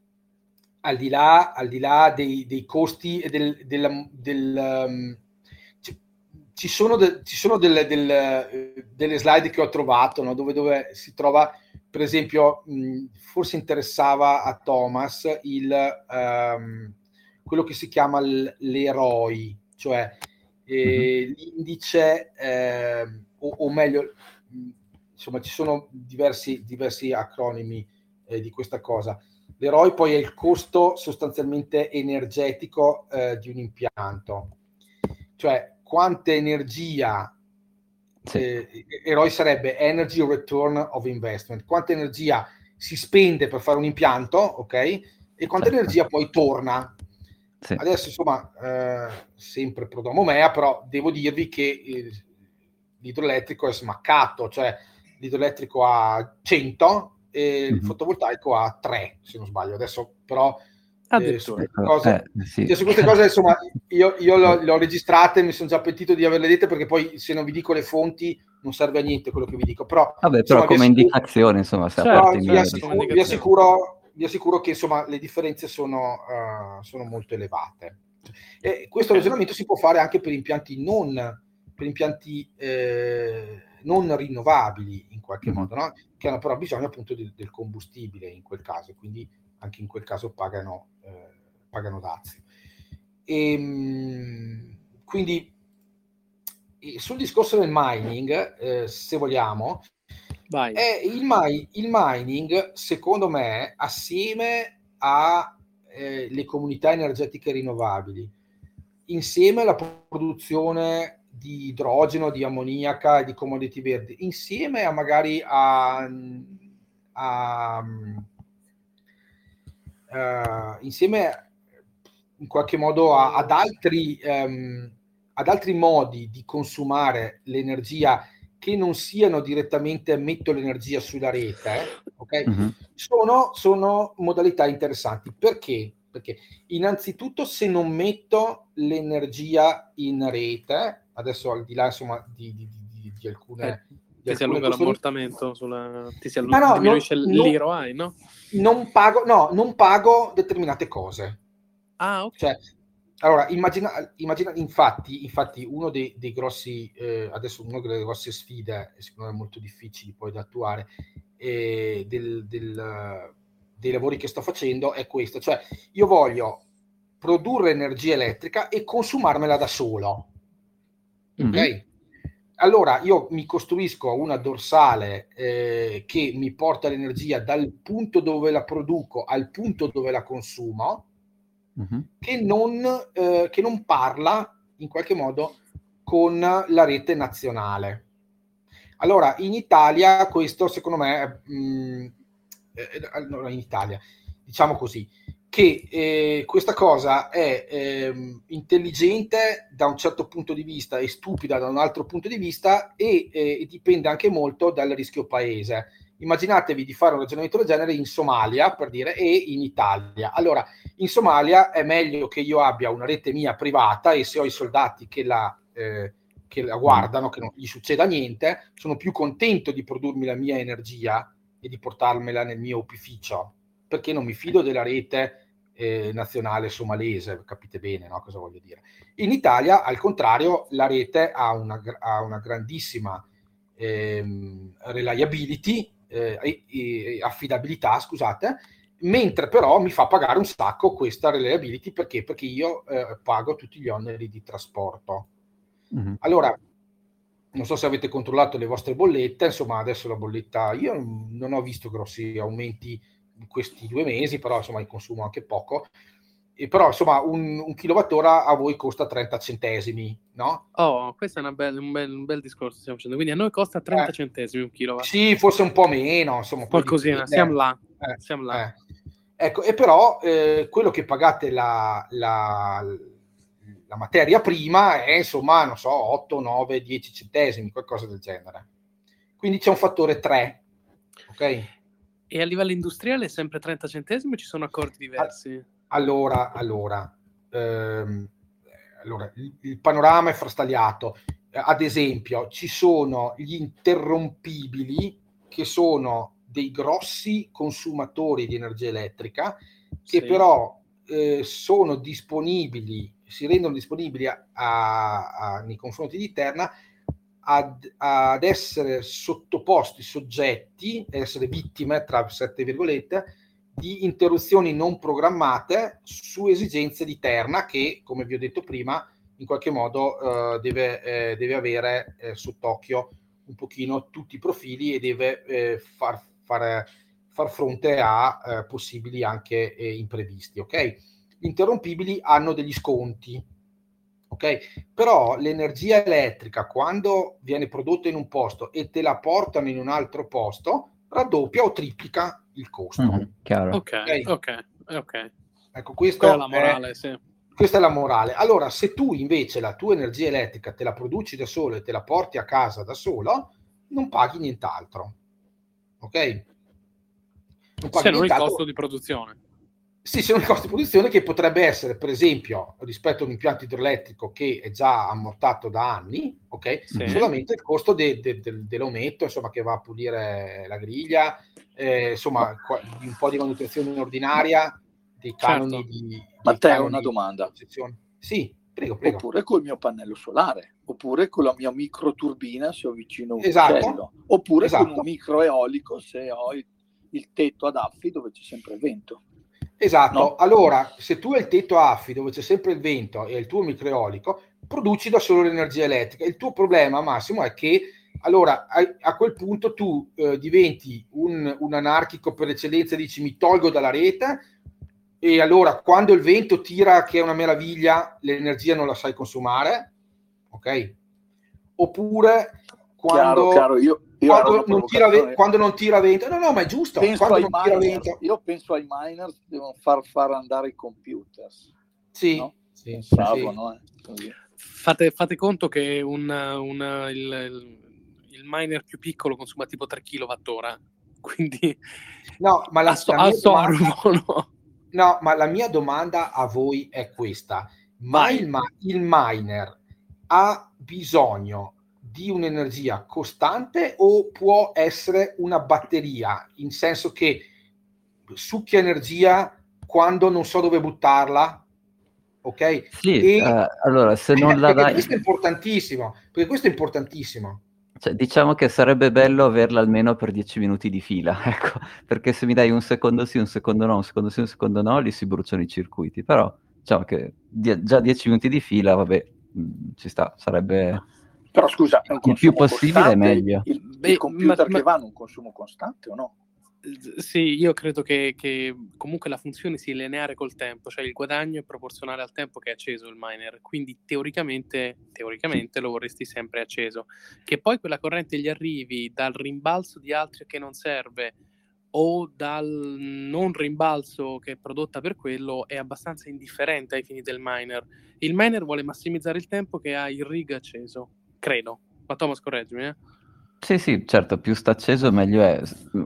al di là, al di là dei, dei costi e del, del, del um, ci, ci sono, de, ci sono delle, del, delle slide che ho trovato, no? dove, dove si trova, per esempio, mh, forse interessava a Thomas il, um, quello che si chiama l'E R O I, cioè eh, mm-hmm. l'indice, eh, o, o meglio, mh, insomma ci sono diversi, diversi acronimi eh, di questa cosa. L'E R O I poi è il costo sostanzialmente energetico eh, di un impianto, cioè quanta energia, sì. eh, E R O I sarebbe Energy Return of Investment, quanta energia si spende per fare un impianto, ok? E quanta certo. energia poi torna. Sì. Adesso insomma, eh, sempre pro domo mea, però devo dirvi che eh, l'idroelettrico è smaccato, cioè l'idroelettrico ha cento e il mm-hmm. fotovoltaico ha tre, se non sbaglio. Adesso però eh, su, queste cose, eh, sì. cioè, su queste cose insomma io, io le ho registrate, mi sono già pentito di averle dette, perché poi se non vi dico le fonti non serve a niente quello che vi dico, però vabbè, insomma, però come assicuro, indicazione insomma certo, no, vi, assicuro, vi, assicuro, vi assicuro che insomma le differenze sono, uh, sono molto elevate, e questo okay. ragionamento si può fare anche per impianti non per impianti eh, non rinnovabili in qualche mm-hmm. modo, no? Che hanno però bisogno appunto del, del combustibile in quel caso, quindi anche in quel caso pagano, eh, pagano dazio. E, mh, quindi e sul discorso del mining, eh, se vogliamo, Vai. È il, mi- il mining, secondo me, assieme alle eh, comunità energetiche rinnovabili, insieme alla produzione di idrogeno, di ammoniaca e di commodity verdi, insieme a magari a, a uh, insieme in qualche modo a, ad altri um, ad altri modi di consumare l'energia che non siano direttamente metto l'energia sulla rete, eh? Okay? Mm-hmm. sono, sono modalità interessanti. Perché? Perché innanzitutto, se non metto l'energia in rete, adesso al di là insomma di, di, di, di alcune eh, di ti alcune si allunga questioni... l'ammortamento sulla... ti si allunga, ah, no, diminuisce non, l'I R O I, no? Non pago, no, non pago determinate cose. Ah, ok. Cioè, allora, immagina, immagina infatti, infatti uno dei, dei grossi, eh, adesso una delle grosse sfide, secondo me molto difficili poi da attuare, eh, del, del, dei lavori che sto facendo è questo, cioè io voglio produrre energia elettrica e consumarmela da solo, mm-hmm. ok? Allora io mi costruisco una dorsale eh, che mi porta l'energia dal punto dove la produco al punto dove la consumo, uh-huh. che, non, eh, che non parla in qualche modo con la rete nazionale. Allora in Italia questo secondo me, mh, eh, allora in Italia diciamo così, che eh, questa cosa è eh, intelligente da un certo punto di vista e stupida da un altro punto di vista, e eh, dipende anche molto dal rischio paese. Immaginatevi di fare un ragionamento del genere in Somalia, per dire, e in Italia. Allora, in Somalia è meglio che io abbia una rete mia privata, e se ho i soldati che la, eh, che la guardano, che non gli succeda niente, sono più contento di produrmi la mia energia e di portarmela nel mio opificio, perché non mi fido della rete eh, nazionale somalese, capite bene, no? Cosa voglio dire. In Italia, al contrario, la rete ha una, ha una grandissima ehm, reliability, eh, e, e affidabilità, scusate, mentre però mi fa pagare un sacco questa reliability, perché? Perché io eh, pago tutti gli oneri di trasporto. Mm-hmm. Allora, non so se avete controllato le vostre bollette, insomma adesso la bolletta, io non ho visto grossi aumenti in questi due mesi, però insomma il consumo anche poco, e però insomma un, un kilowattora a voi costa trenta centesimi, no? Oh, questo è una bella, un, bel, un bel discorso stiamo facendo, quindi a noi costa trenta eh, centesimi un kilowatt. Sì, forse un po' meno, insomma. Qualcosina, siamo là, eh, siamo là. Eh. Ecco, e però eh, quello che pagate la, la, la materia prima è insomma, non so, otto, nove, dieci centesimi, qualcosa del genere. Quindi c'è un fattore tre, ok? E a livello industriale è sempre trenta centesimi o ci sono accordi diversi? Allora, allora, ehm, allora il, il panorama è frastagliato. Ad esempio, ci sono gli interrompibili, che sono dei grossi consumatori di energia elettrica, che sì. però eh, sono disponibili, si rendono disponibili a, a, a, nei confronti di Terna ad, ad essere sottoposti, soggetti, essere vittime, tra sette virgolette, di interruzioni non programmate su esigenze di Terna, che, come vi ho detto prima, in qualche modo eh, deve, eh, deve avere eh, sott'occhio un pochino tutti i profili e deve eh, far, far, far fronte a eh, possibili anche eh, imprevisti. Ok? Gli interrompibili hanno degli sconti, ok? Però l'energia elettrica, quando viene prodotta in un posto e te la portano in un altro posto, raddoppia o triplica il costo. Mm-hmm, chiaro. Ok, ok, ok. okay. Ecco, questo Quella è la morale, è, sì. Questa è la morale. Allora, se tu invece la tua energia elettrica te la produci da solo e te la porti a casa da solo, non paghi nient'altro. Ok? Non paghi se non il costo di produzione. Sì, se non il costo di produzione, che potrebbe essere, per esempio, rispetto a un impianto idroelettrico che è già ammortato da anni, ok? Sì. Solamente il costo de, de, de, dell'aumento, insomma, che va a pulire la griglia, eh, insomma, di un po' di manutenzione ordinaria, dei canoni certo. di... Matteo, una domanda. Sì, prego, prego. Oppure col mio pannello solare, oppure con la mia microturbina se ho vicino un esatto. uccello, oppure esatto. con un microeolico se ho il, il tetto ad affi dove c'è sempre il vento. Esatto, no? Allora se tu hai il tetto a affi dove c'è sempre il vento e il tuo microeolico, produci da solo l'energia elettrica. Il tuo problema, Massimo, è che allora a, a quel punto tu eh, diventi un, un anarchico per eccellenza, dici mi tolgo dalla rete, e allora quando il vento tira, che è una meraviglia, l'energia non la sai consumare, ok? Oppure quando, chiaro, chiaro. Io, io quando, non tira, quando non tira vento, no no ma è giusto, penso quando ai non miners, tira vento, io penso ai miners devono far, far andare i computers, sì, no? sì, Pensavo, sì. no? Eh, fate, fate conto che un, un, il, il, il miner più piccolo consuma tipo tre chilowattora, quindi no, ma la, a, so, la mia a sorvo, domanda, no? no, ma la mia domanda a voi è questa: ma il, il miner ha bisogno di un'energia costante o può essere una batteria, in senso che succhia energia quando non so dove buttarla, ok? Sì, e, uh, allora se non la dai... questo è importantissimo, perché questo è importantissimo. Cioè, diciamo che sarebbe bello averla almeno per dieci minuti di fila, ecco, perché se mi dai un secondo sì, un secondo no, un secondo sì, un secondo no, lì si bruciano i circuiti, però diciamo che di- già dieci minuti di fila, vabbè, mh, ci sta, sarebbe... Però scusa, è un il più possibile è meglio. Il, il, il computer ma, che ma... va in un consumo costante o no? Sì, io credo che, che comunque la funzione sia lineare col tempo, cioè il guadagno è proporzionale al tempo che è acceso il miner, quindi teoricamente, teoricamente lo vorresti sempre acceso. Che poi quella corrente gli arrivi dal rimbalzo di altri che non serve o dal non rimbalzo che è prodotta per quello è abbastanza indifferente ai fini del miner. Il miner vuole massimizzare il tempo che ha il rig acceso, credo. Ma Thomas, correggimi, eh? Sì, sì, certo, più sta acceso meglio è.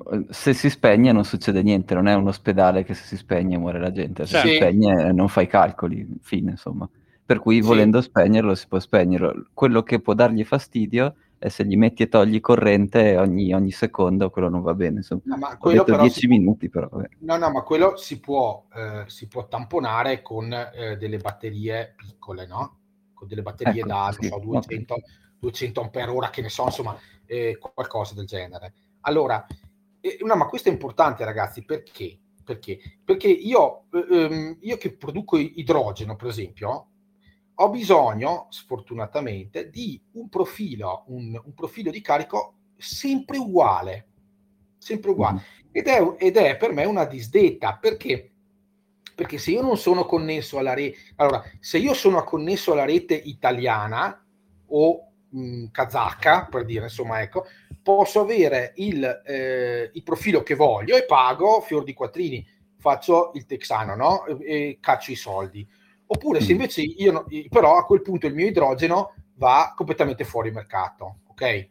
Se si spegne non succede niente, non è un ospedale che se si spegne muore la gente, se sì. si spegne non fai calcoli, fine, insomma. Per cui volendo sì. spegnerlo si può spegnere. Quello che può dargli fastidio è se gli metti e togli corrente ogni, ogni secondo, quello non va bene, insomma. No, ma ho detto però dieci può... minuti però. Vabbè. No, no, ma quello si può, eh, si può tamponare con eh, delle batterie piccole, no? Con delle batterie ecco, da, sì, non so, duecento, okay. duecento ampere ora, che ne so, insomma, eh, qualcosa del genere. Allora, eh, no, ma questo è importante, ragazzi, perché? Perché? Perché io, ehm, io che produco idrogeno, per esempio, ho bisogno, sfortunatamente, di un profilo, un, un profilo di carico sempre uguale, sempre uguale. Mm-hmm. Ed è, ed è per me una disdetta, perché? Perché se io non sono connesso alla rete, allora, se io sono connesso alla rete italiana o mh, kazaka, per dire, insomma, ecco, posso avere il, eh, il profilo che voglio e pago fior di quattrini, faccio il texano, no? E, e caccio i soldi. Oppure se invece io, no, però a quel punto il mio idrogeno va completamente fuori mercato, ok?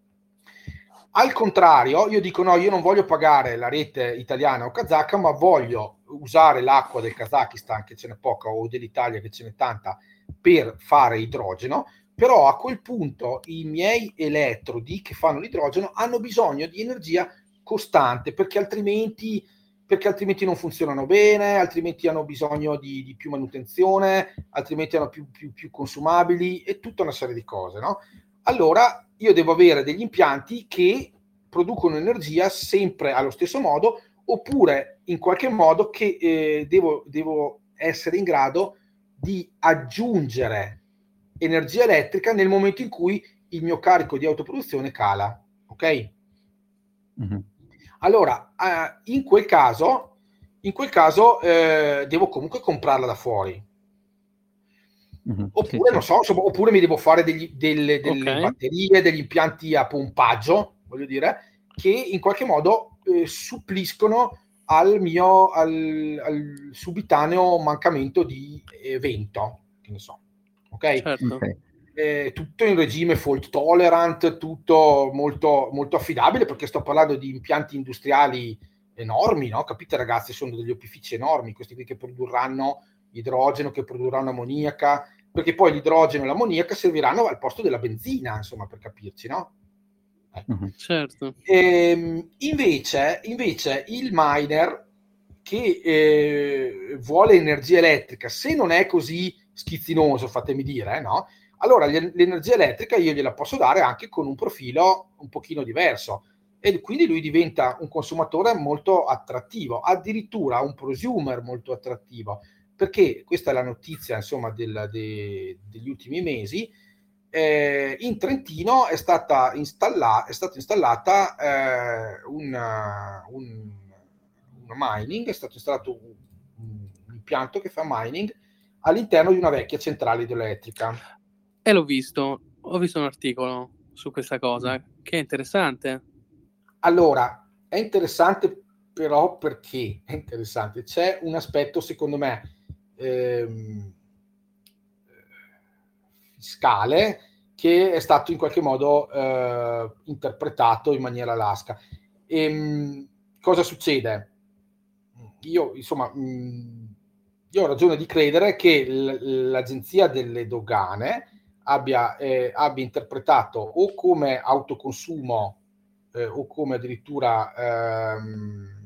Al contrario, io dico no, io non voglio pagare la rete italiana o kazaka, ma voglio usare l'acqua del Kazakistan, che ce n'è poca, o dell'Italia, che ce n'è tanta, per fare idrogeno. Però a quel punto i miei elettrodi che fanno l'idrogeno hanno bisogno di energia costante, perché altrimenti, perché altrimenti non funzionano bene, altrimenti hanno bisogno di, di più manutenzione, altrimenti hanno più, più, più consumabili e tutta una serie di cose, no? Allora io devo avere degli impianti che producono energia sempre allo stesso modo, oppure in qualche modo che eh, devo, devo essere in grado di aggiungere energia elettrica nel momento in cui il mio carico di autoproduzione cala, ok? Mm-hmm. Allora, eh, in quel caso, in quel caso eh, devo comunque comprarla da fuori. Mm-hmm. Oppure, sì, non so, insomma, oppure mi devo fare degli, delle, delle okay. batterie, degli impianti a pompaggio, voglio dire, che in qualche modo eh, suppliscono al mio al, al subitaneo mancamento di eh, vento, che ne so. Ok? Certo. Okay. Eh, tutto in regime fault tolerant, tutto molto, molto affidabile, perché sto parlando di impianti industriali enormi, no? Capite, ragazzi, sono degli opifici enormi, questi qui che produrranno idrogeno, che produrranno ammoniaca, perché poi l'idrogeno e l'ammoniaca serviranno al posto della benzina, insomma, per capirci, no? Ecco. Uh-huh. Certo. E, invece, invece il miner che eh, vuole energia elettrica, se non è così schizzinoso, fatemi dire, eh, no? Allora l'energia elettrica io gliela posso dare anche con un profilo un pochino diverso, e quindi lui diventa un consumatore molto attrattivo, addirittura un prosumer molto attrattivo, perché questa è la notizia, insomma, del, de, degli ultimi mesi. Eh, in Trentino è stata installa- è stata installata eh, una, un, un mining, è stato installato un, un impianto che fa mining all'interno di una vecchia centrale idroelettrica. E l'ho visto, ho visto un articolo su questa cosa, mm. che è interessante. Allora, è interessante però perché è interessante? C'è un aspetto, secondo me, ehm, fiscale, che è stato in qualche modo eh, interpretato in maniera lasca. E, cosa succede? Io, insomma, mh, io ho ragione di credere che l- l'Agenzia delle Dogane abbia, eh, abbia interpretato o come autoconsumo eh, o come addirittura ehm,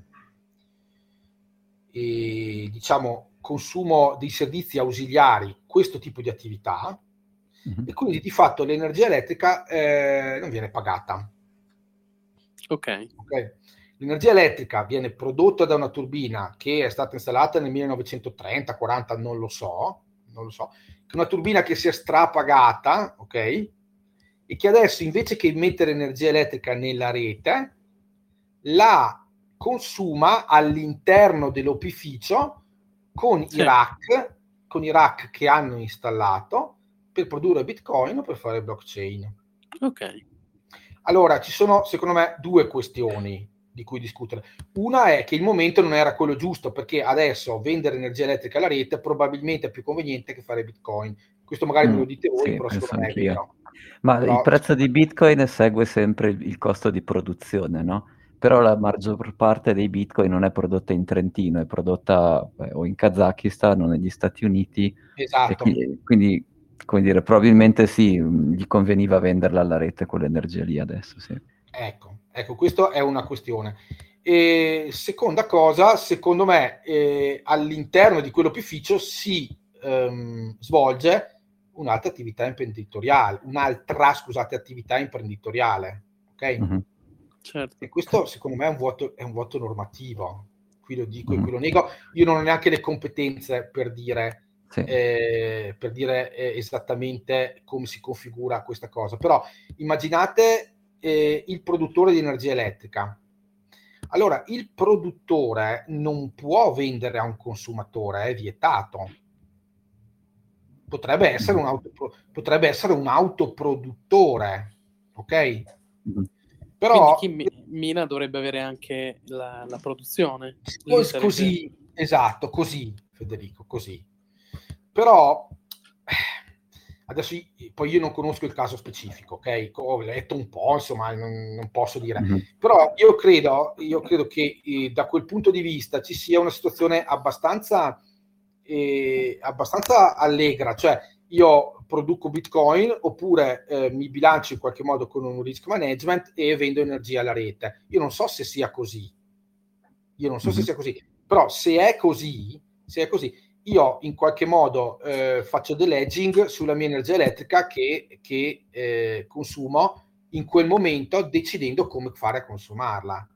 e, diciamo consumo dei servizi ausiliari questo tipo di attività, mm-hmm. e quindi di fatto l'energia elettrica eh, non viene pagata. Ok. Okay. L'energia elettrica viene prodotta da una turbina che è stata installata nel millenovecentotrenta quaranta, non lo so, non lo so, una turbina che si è strapagata, ok? E che adesso invece che mettere energia elettrica nella rete la consuma all'interno dell'opificio con sì. i rack, con i rack che hanno installato per produrre Bitcoin o per fare blockchain. Ok. Allora, ci sono secondo me due questioni di cui discutere. Una è che il momento non era quello giusto, perché adesso vendere energia elettrica alla rete probabilmente è più conveniente che fare Bitcoin. Questo magari mm, me lo dite voi, sì, però secondo me è vero. Ma però... il prezzo di Bitcoin segue sempre il, il costo di produzione, no? Però la maggior parte dei Bitcoin non è prodotta in Trentino, è prodotta beh, o in Kazakistan o negli Stati Uniti. Esatto. E chi, quindi, come dire, probabilmente sì, gli conveniva venderla alla rete con l'energia lì adesso, sì. Ecco, ecco, questa è una questione. E seconda cosa, secondo me, eh, all'interno di quell'opificio si ehm, svolge un'altra attività imprenditoriale, un'altra, scusate, attività imprenditoriale, ok? Mm-hmm. Certo. E questo, secondo me, è un vuoto, è un vuoto normativo, qui lo dico mm. e qui lo nego, io non ho neanche le competenze per dire, sì. eh, per dire eh, esattamente come si configura questa cosa, però immaginate eh, il produttore di energia elettrica. Allora, il produttore non può vendere a un consumatore, è vietato. Potrebbe essere un, auto, potrebbe essere un autoproduttore, ok? Mm. Però quindi chi mina dovrebbe avere anche la, la produzione. Così, così, esatto, così, Federico, così. Però adesso poi io non conosco il caso specifico, ok? Ho letto un po', insomma, non, non posso dire. Mm-hmm. Però io credo, io credo che eh, da quel punto di vista ci sia una situazione abbastanza, eh, abbastanza allegra, cioè io produco Bitcoin oppure eh, mi bilancio in qualche modo con un risk management e vendo energia alla rete. Io non so se sia così. Io non so mm-hmm. se sia così. Però se è così, se è così, io in qualche modo eh, faccio dell'edging sulla mia energia elettrica che, che eh, consumo in quel momento, decidendo come fare a consumarla.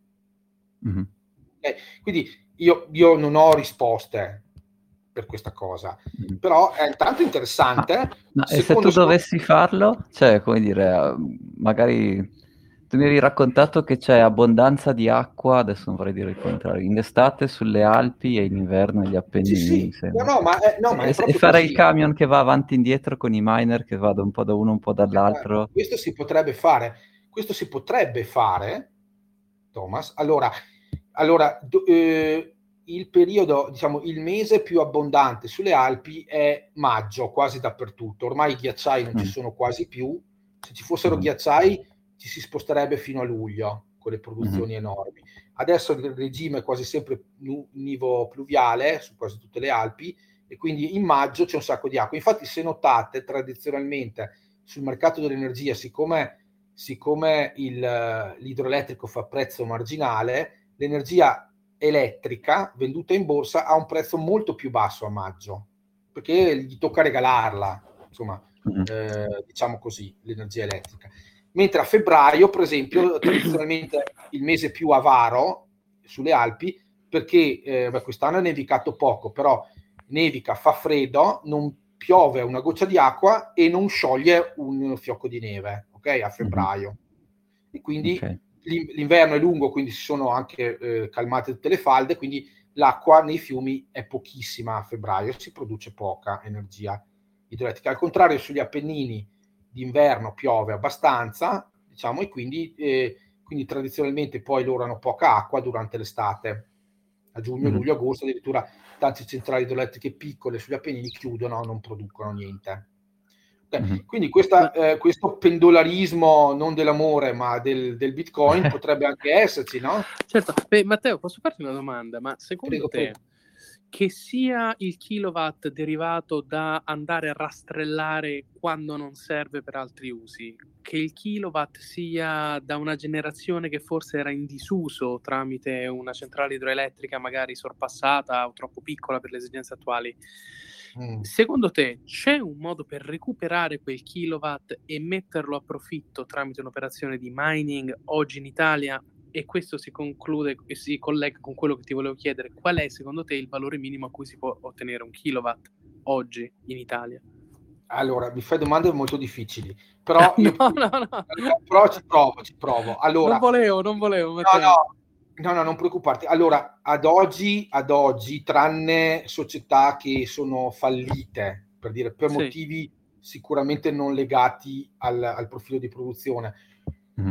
Mm-hmm. Eh, quindi io, io non ho risposte per questa cosa, mm. però è tanto interessante. Ma, ma e se tu dovessi farlo, cioè, come dire, magari tu mi avevi raccontato che c'è abbondanza di acqua, adesso non vorrei dire il contrario, in estate sulle Alpi e in inverno negli Appennini. Sì, sì. No, no, ma è, no, ma e, è e fare così. Il camion che va avanti e indietro con i miner che vado un po' da uno, un po' dall'altro. Eh, questo si potrebbe fare, questo si potrebbe fare, Thomas. Allora, allora do, eh, il periodo, diciamo, il mese più abbondante sulle Alpi è maggio, quasi dappertutto. Ormai i ghiacciai non mm. ci sono quasi più. Se ci fossero mm. ghiacciai ci si sposterebbe fino a luglio con le produzioni mm. enormi. Adesso il regime è quasi sempre nivo pluviale su quasi tutte le Alpi e quindi in maggio c'è un sacco di acqua. Infatti, se notate, tradizionalmente sul mercato dell'energia, siccome, siccome il, l'idroelettrico fa prezzo marginale, l'energia elettrica venduta in borsa ha un prezzo molto più basso a maggio, perché gli tocca regalarla, insomma, mm. eh, diciamo così, l'energia elettrica. Mentre a febbraio, per esempio, tradizionalmente il mese più avaro sulle Alpi, perché eh, beh, quest'anno è nevicato poco, però nevica, fa freddo, non piove una goccia di acqua e non scioglie un fiocco di neve, ok? A febbraio. Mm-hmm. E quindi okay. l'inverno è lungo, quindi si sono anche eh, calmate tutte le falde, quindi l'acqua nei fiumi è pochissima a febbraio, si produce poca energia idroelettrica. Al contrario, sugli Appennini d'inverno piove abbastanza, diciamo, e quindi, eh, quindi tradizionalmente poi loro hanno poca acqua durante l'estate. A giugno, mm-hmm. luglio, agosto, addirittura tante centrali idroelettriche piccole sugli Appennini chiudono, non producono niente. Okay. Mm-hmm. Quindi questa, eh, questo pendolarismo non dell'amore ma del, del Bitcoin potrebbe anche esserci, no? Certo. Beh, Matteo, posso farti una domanda? Ma secondo prego, te prego. Che sia il kilowatt derivato da andare a rastrellare quando non serve per altri usi, che il kilowatt sia da una generazione che forse era in disuso tramite una centrale idroelettrica magari sorpassata o troppo piccola per le esigenze attuali, mm. secondo te c'è un modo per recuperare quel kilowatt e metterlo a profitto tramite un'operazione di mining oggi in Italia? E questo si conclude e si collega con quello che ti volevo chiedere: qual è secondo te il valore minimo a cui si può ottenere un kilowatt oggi in Italia? Allora, mi fai domande molto difficili, però io no, no, no. Però ci provo, ci provo. Allora, non volevo, non volevo. No, no, no, no, non preoccuparti. Allora, ad oggi, ad oggi, tranne società che sono fallite, per dire, per sì. motivi sicuramente non legati al, al profilo di produzione, mm-hmm.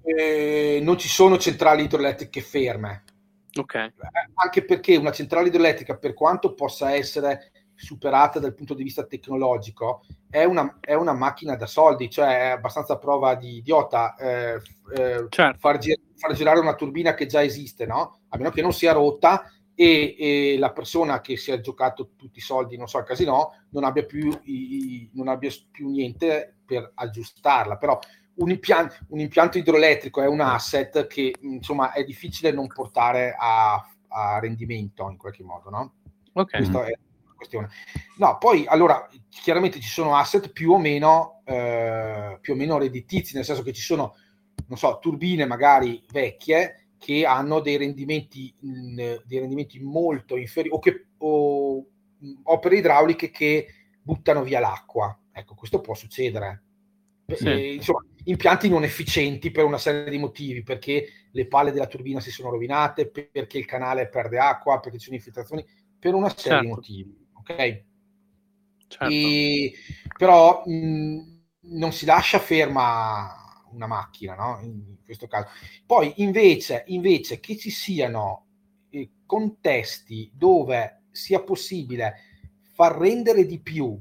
Eh, non ci sono centrali idroelettriche ferme. Okay. Anche perché una centrale idroelettrica, per quanto possa essere superata dal punto di vista tecnologico, è una, è una macchina da soldi, cioè è abbastanza prova di idiota eh, eh, certo. far, gir- far girare una turbina che già esiste, no? A meno che non sia rotta e, e la persona che si è giocato tutti i soldi, non so, al casino, non abbia più, i, non abbia più niente per aggiustarla. Però Un impianto, un impianto idroelettrico è un asset che insomma è difficile non portare a, a rendimento in qualche modo, no? Okay. Questa è la questione. No, poi allora chiaramente ci sono asset più o meno eh, più o meno redditizi, nel senso che ci sono, non so, turbine magari vecchie che hanno dei rendimenti, mh, dei rendimenti molto inferiori, o, che, o mh, opere idrauliche che buttano via l'acqua. Ecco, questo può succedere. Sì. E, insomma, impianti non efficienti per una serie di motivi, perché le pale della turbina si sono rovinate, perché il canale perde acqua, perché ci sono infiltrazioni, per una serie certo. di motivi. Ok? Certo. E, però mh, non si lascia ferma una macchina, no? In questo caso. Poi invece, invece che ci siano eh, contesti dove sia possibile far rendere di più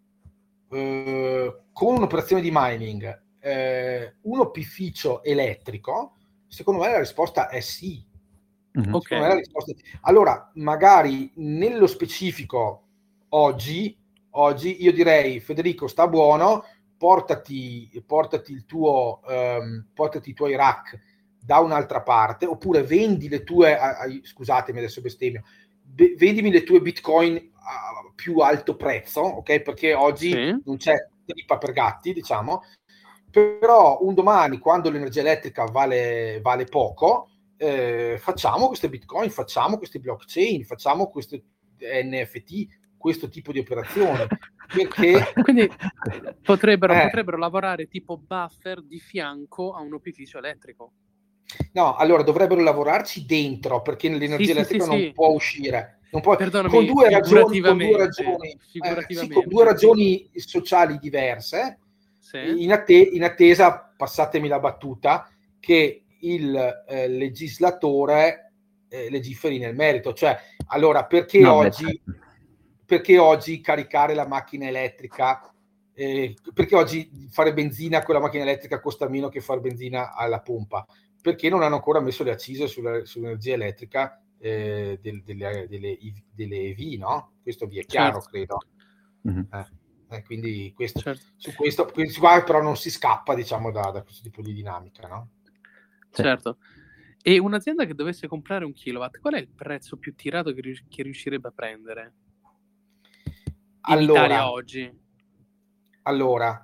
eh, con un'operazione di mining eh, un opificio elettrico, secondo me la risposta è sì. Mm-hmm. Okay. Secondo me la risposta è... Allora, magari nello specifico oggi, oggi io direi, Federico, sta buono, portati, portati il tuo um, portati i tuoi rack da un'altra parte, oppure vendi le tue ah, scusatemi adesso bestemmio, be- vendimi le tue bitcoin a più alto prezzo, ok? Perché oggi sì. non c'è trippa per gatti, diciamo, però un domani, quando l'energia elettrica vale, vale poco, eh, facciamo queste bitcoin, facciamo queste blockchain, facciamo queste N F T, questo tipo di operazioni. Perché quindi potrebbero, eh, potrebbero lavorare tipo buffer di fianco a un opificio elettrico. No, allora dovrebbero lavorarci dentro, perché l'energia sì, elettrica sì, non sì. può uscire. Non può... Perdonami, con due ragioni, con due ragioni, eh, sì, con due ragioni sociali diverse, sì. in, atte- in attesa, passatemi la battuta, che il eh, legislatore eh, legiferi nel merito. Cioè, allora, perché no, oggi, perché oggi caricare la macchina elettrica, eh, perché oggi fare benzina con la macchina elettrica costa meno che fare benzina alla pompa? Perché non hanno ancora messo le accise sulla, sull'energia elettrica eh, del, delle, delle, delle E V, no? Questo vi è chiaro, certo. credo. Mm-hmm. Eh, eh, quindi questo, certo. su questo qua però non si scappa, diciamo, da, da questo tipo di dinamica, no? Certo. E un'azienda che dovesse comprare un kilowatt, qual è il prezzo più tirato che, ri- che riuscirebbe a prendere in allora, Italia oggi? Allora,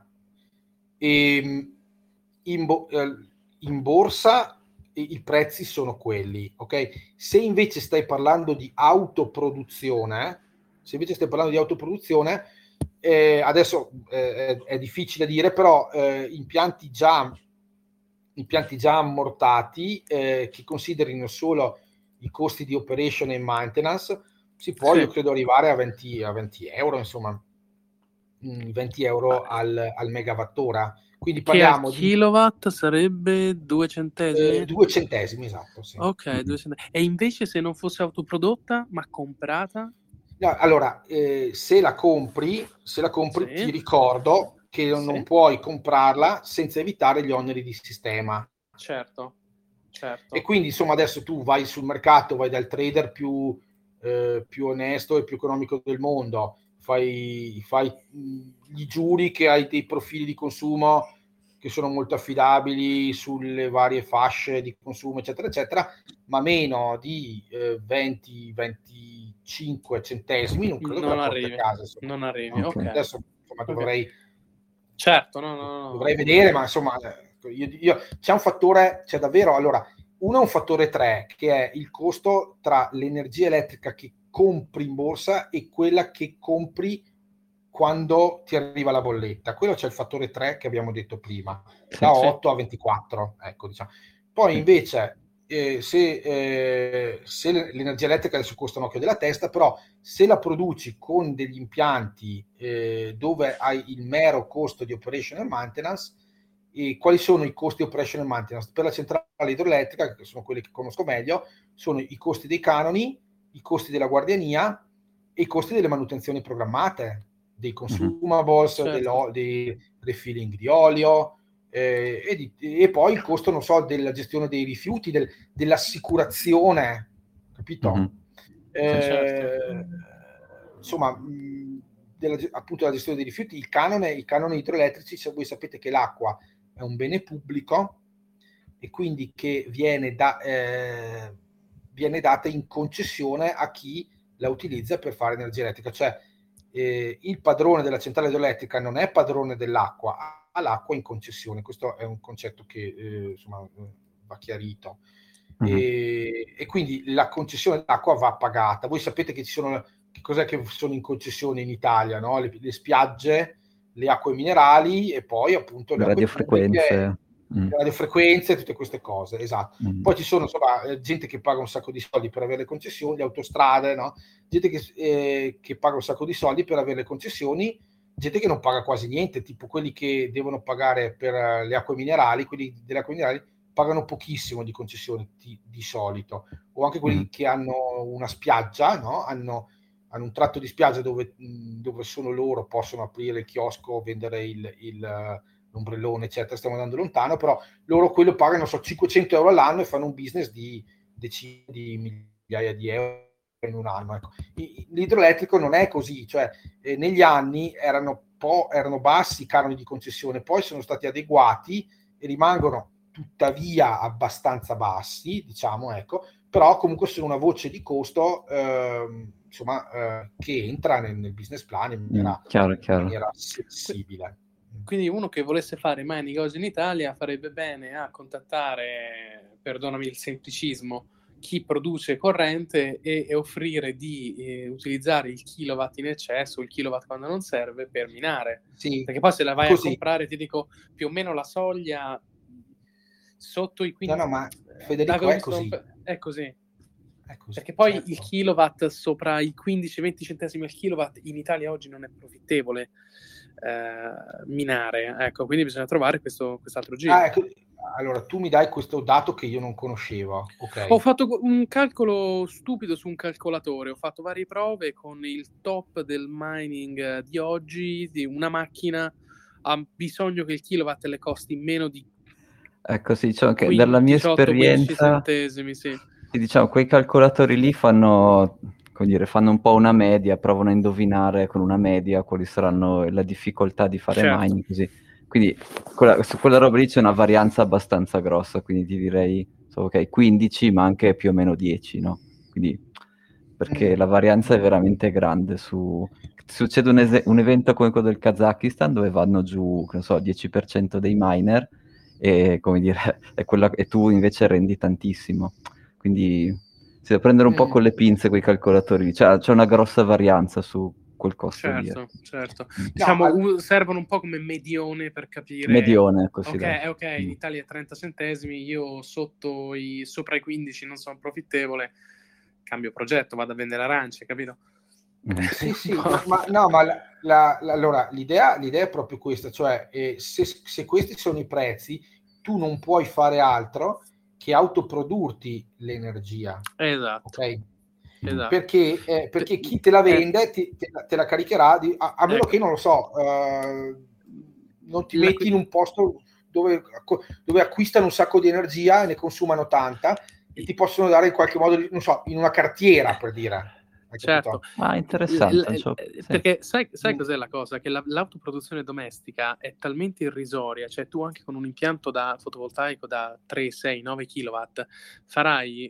ehm, in, bo- in borsa i prezzi sono quelli, ok? Se invece stai parlando di autoproduzione, se invece stai parlando di autoproduzione, eh, adesso eh, è difficile dire, però eh, impianti già impianti già ammortati eh, che considerino solo i costi di operation e maintenance, si può, sì. io credo, arrivare a venti, a venti euro, insomma, venti euro al, al megawattora. Quindi parliamo che al kilowatt di, sarebbe due centesimi? Eh, due centesimi, esatto. Sì. Ok, mm-hmm. due centesimi. E invece se non fosse autoprodotta, ma comprata? No, allora, eh, se la compri, se la compri, sì. ti ricordo che sì. non puoi comprarla senza evitare gli oneri di sistema. Certo, certo. E quindi, insomma, adesso tu vai sul mercato, vai dal trader più, eh, più onesto e più economico del mondo, fai, fai gli giuri che hai dei profili di consumo che sono molto affidabili sulle varie fasce di consumo, eccetera, eccetera, ma meno di eh, venti venticinque centesimi non credo non che la porti a casa. Insomma. Non arrivi, ok. okay. Adesso insomma, okay. dovrei... Certo, no, no, no. Dovrei vedere, ma insomma, io, io, c'è un fattore, c'è davvero, allora, uno è un fattore tre, che è il costo tra l'energia elettrica che compri in borsa e quella che compri quando ti arriva la bolletta. Quello c'è il fattore tre che abbiamo detto prima, da sì, otto sì. a ventiquattro, ecco, diciamo. Poi sì. invece, eh, se, eh, se l'energia elettrica adesso costa un occhio della testa, però se la produci con degli impianti eh, dove hai il mero costo di operation and maintenance, e quali sono i costi di operation and maintenance? Per la centrale idroelettrica, che sono quelli che conosco meglio, sono i costi dei canoni, i costi della guardiania e i costi delle manutenzioni programmate, dei consumables, mm-hmm. certo. dei refilling di olio eh, e, di, e poi il costo, non so, della gestione dei rifiuti, del, dell'assicurazione, capito? Mm-hmm. Eh, certo. Insomma, mh, della, appunto la gestione dei rifiuti, il canone, i canoni idroelettrici, se voi sapete che l'acqua è un bene pubblico e quindi che viene, da, eh, viene data in concessione a chi la utilizza per fare energia elettrica, cioè eh, il padrone della centrale idroelettrica non è padrone dell'acqua, ha l'acqua in concessione. Questo è un concetto che eh, insomma va chiarito. mm-hmm. e, e quindi la concessione d'acqua va pagata. Voi sapete che ci sono, che cos'è che sono in concessione in Italia, no? le, le spiagge, le acque minerali e poi appunto le, le radiofrequenze, mm. le radiofrequenze, tutte queste cose, esatto. Mm. Poi ci sono insomma gente che paga un sacco di soldi per avere le concessioni, le autostrade, no? Gente che, eh, che paga un sacco di soldi per avere le concessioni, gente che non paga quasi niente, tipo quelli che devono pagare per le acque minerali, quelli delle acque minerali pagano pochissimo di concessioni di, di solito, o anche quelli mm. che hanno una spiaggia, no? Hanno hanno un tratto di spiaggia dove, dove solo loro possono aprire il chiosco, vendere il, il, l'ombrellone, eccetera. Stiamo andando lontano, però loro quello pagano, non so, cinquecento euro all'anno e fanno un business di decine di migliaia di euro in un anno. Ecco. L'idroelettrico non è così, cioè eh, negli anni erano, po', erano bassi i canoni di concessione, poi sono stati adeguati e rimangono tuttavia abbastanza bassi, diciamo, ecco, però comunque sono una voce di costo eh, insomma eh, che entra nel, nel business plan in maniera, mm, chiaro, chiaro. In maniera sensibile. Quindi uno che volesse fare mining cose in Italia farebbe bene a contattare, perdonami il semplicismo, chi produce corrente e, e offrire di eh, utilizzare il kilowatt in eccesso, il kilowatt quando non serve per minare. Sì. Perché poi se la vai Così. a comprare, ti dico, più o meno la soglia sotto i quindici... No, no, ma Federico è così. È così. È così. Perché poi certo. il kilowatt sopra i quindici venti centesimi al kilowatt in Italia oggi non è profittevole eh, minare, ecco, quindi bisogna trovare questo quest'altro giro. Ah, ecco. Allora, tu mi dai questo dato che io non conoscevo. Okay. Ho fatto un calcolo stupido su un calcolatore, ho fatto varie prove con il top del mining di oggi, di una macchina ha bisogno che il kilowatt le costi meno di ecco, sì, diciamo che quindici, dalla mia esperienza centesimi, sì. Sì, diciamo, quei calcolatori lì fanno, come dire, fanno un po' una media, provano a indovinare con una media quali saranno la difficoltà di fare certo. mining, così. Quindi quella, su quella roba lì c'è una varianza abbastanza grossa, quindi ti direi, so, ok, quindici, ma anche più o meno dieci, no? Quindi, perché mm. la varianza è veramente grande. Su succede un, es- un evento come quello del Kazakistan, dove vanno giù, non so, dieci per cento dei miner, e, come dire, è quella, e tu invece rendi tantissimo. Quindi si deve prendere un mm. po' con le pinze quei calcolatori, cioè, c'è una grossa varianza su quel costo certo, lì. Certo, mm. diciamo, no, al... servono un po' come medione per capire... Medione, così. Ok, dai. ok, in Italia è trenta centesimi, io sotto i, sopra i quindici non sono profittevole, cambio progetto, vado a vendere arance, capito? Mm. Sì, sì, ma no, ma la, la, la, allora l'idea, l'idea è proprio questa, cioè eh, se, se questi sono i prezzi, tu non puoi fare altro che autoprodurti l'energia. Esatto. Ok? Esatto. Perché, eh, perché chi te la vende ti, te, te la caricherà di, a, a meno ecco. che non lo so uh, non ti la... metti in un posto dove, dove acquistano un sacco di energia e ne consumano tanta e ti possono dare in qualche modo, non so, in una cartiera, per dire. Certo, ah, interessante. l- l- l- perché sai, sai cos'è la cosa? Che la, l'autoproduzione domestica è talmente irrisoria, cioè tu anche con un impianto da fotovoltaico da tre, sei, nove chilowatt farai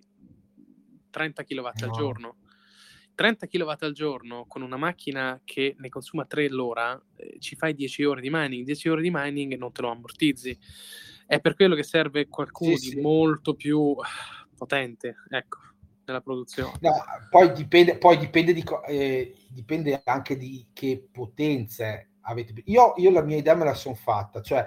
trenta chilowatt no. al giorno. trenta chilowatt al giorno con una macchina che ne consuma tre l'ora, eh, ci fai dieci ore di mining, dieci ore di mining non te lo ammortizzi. È per quello che serve qualcuno sì, di sì. molto più potente, ecco. Nella produzione. No, poi dipende, poi dipende, di, eh, dipende anche di che potenze avete. Io, io la mia idea me la sono fatta, cioè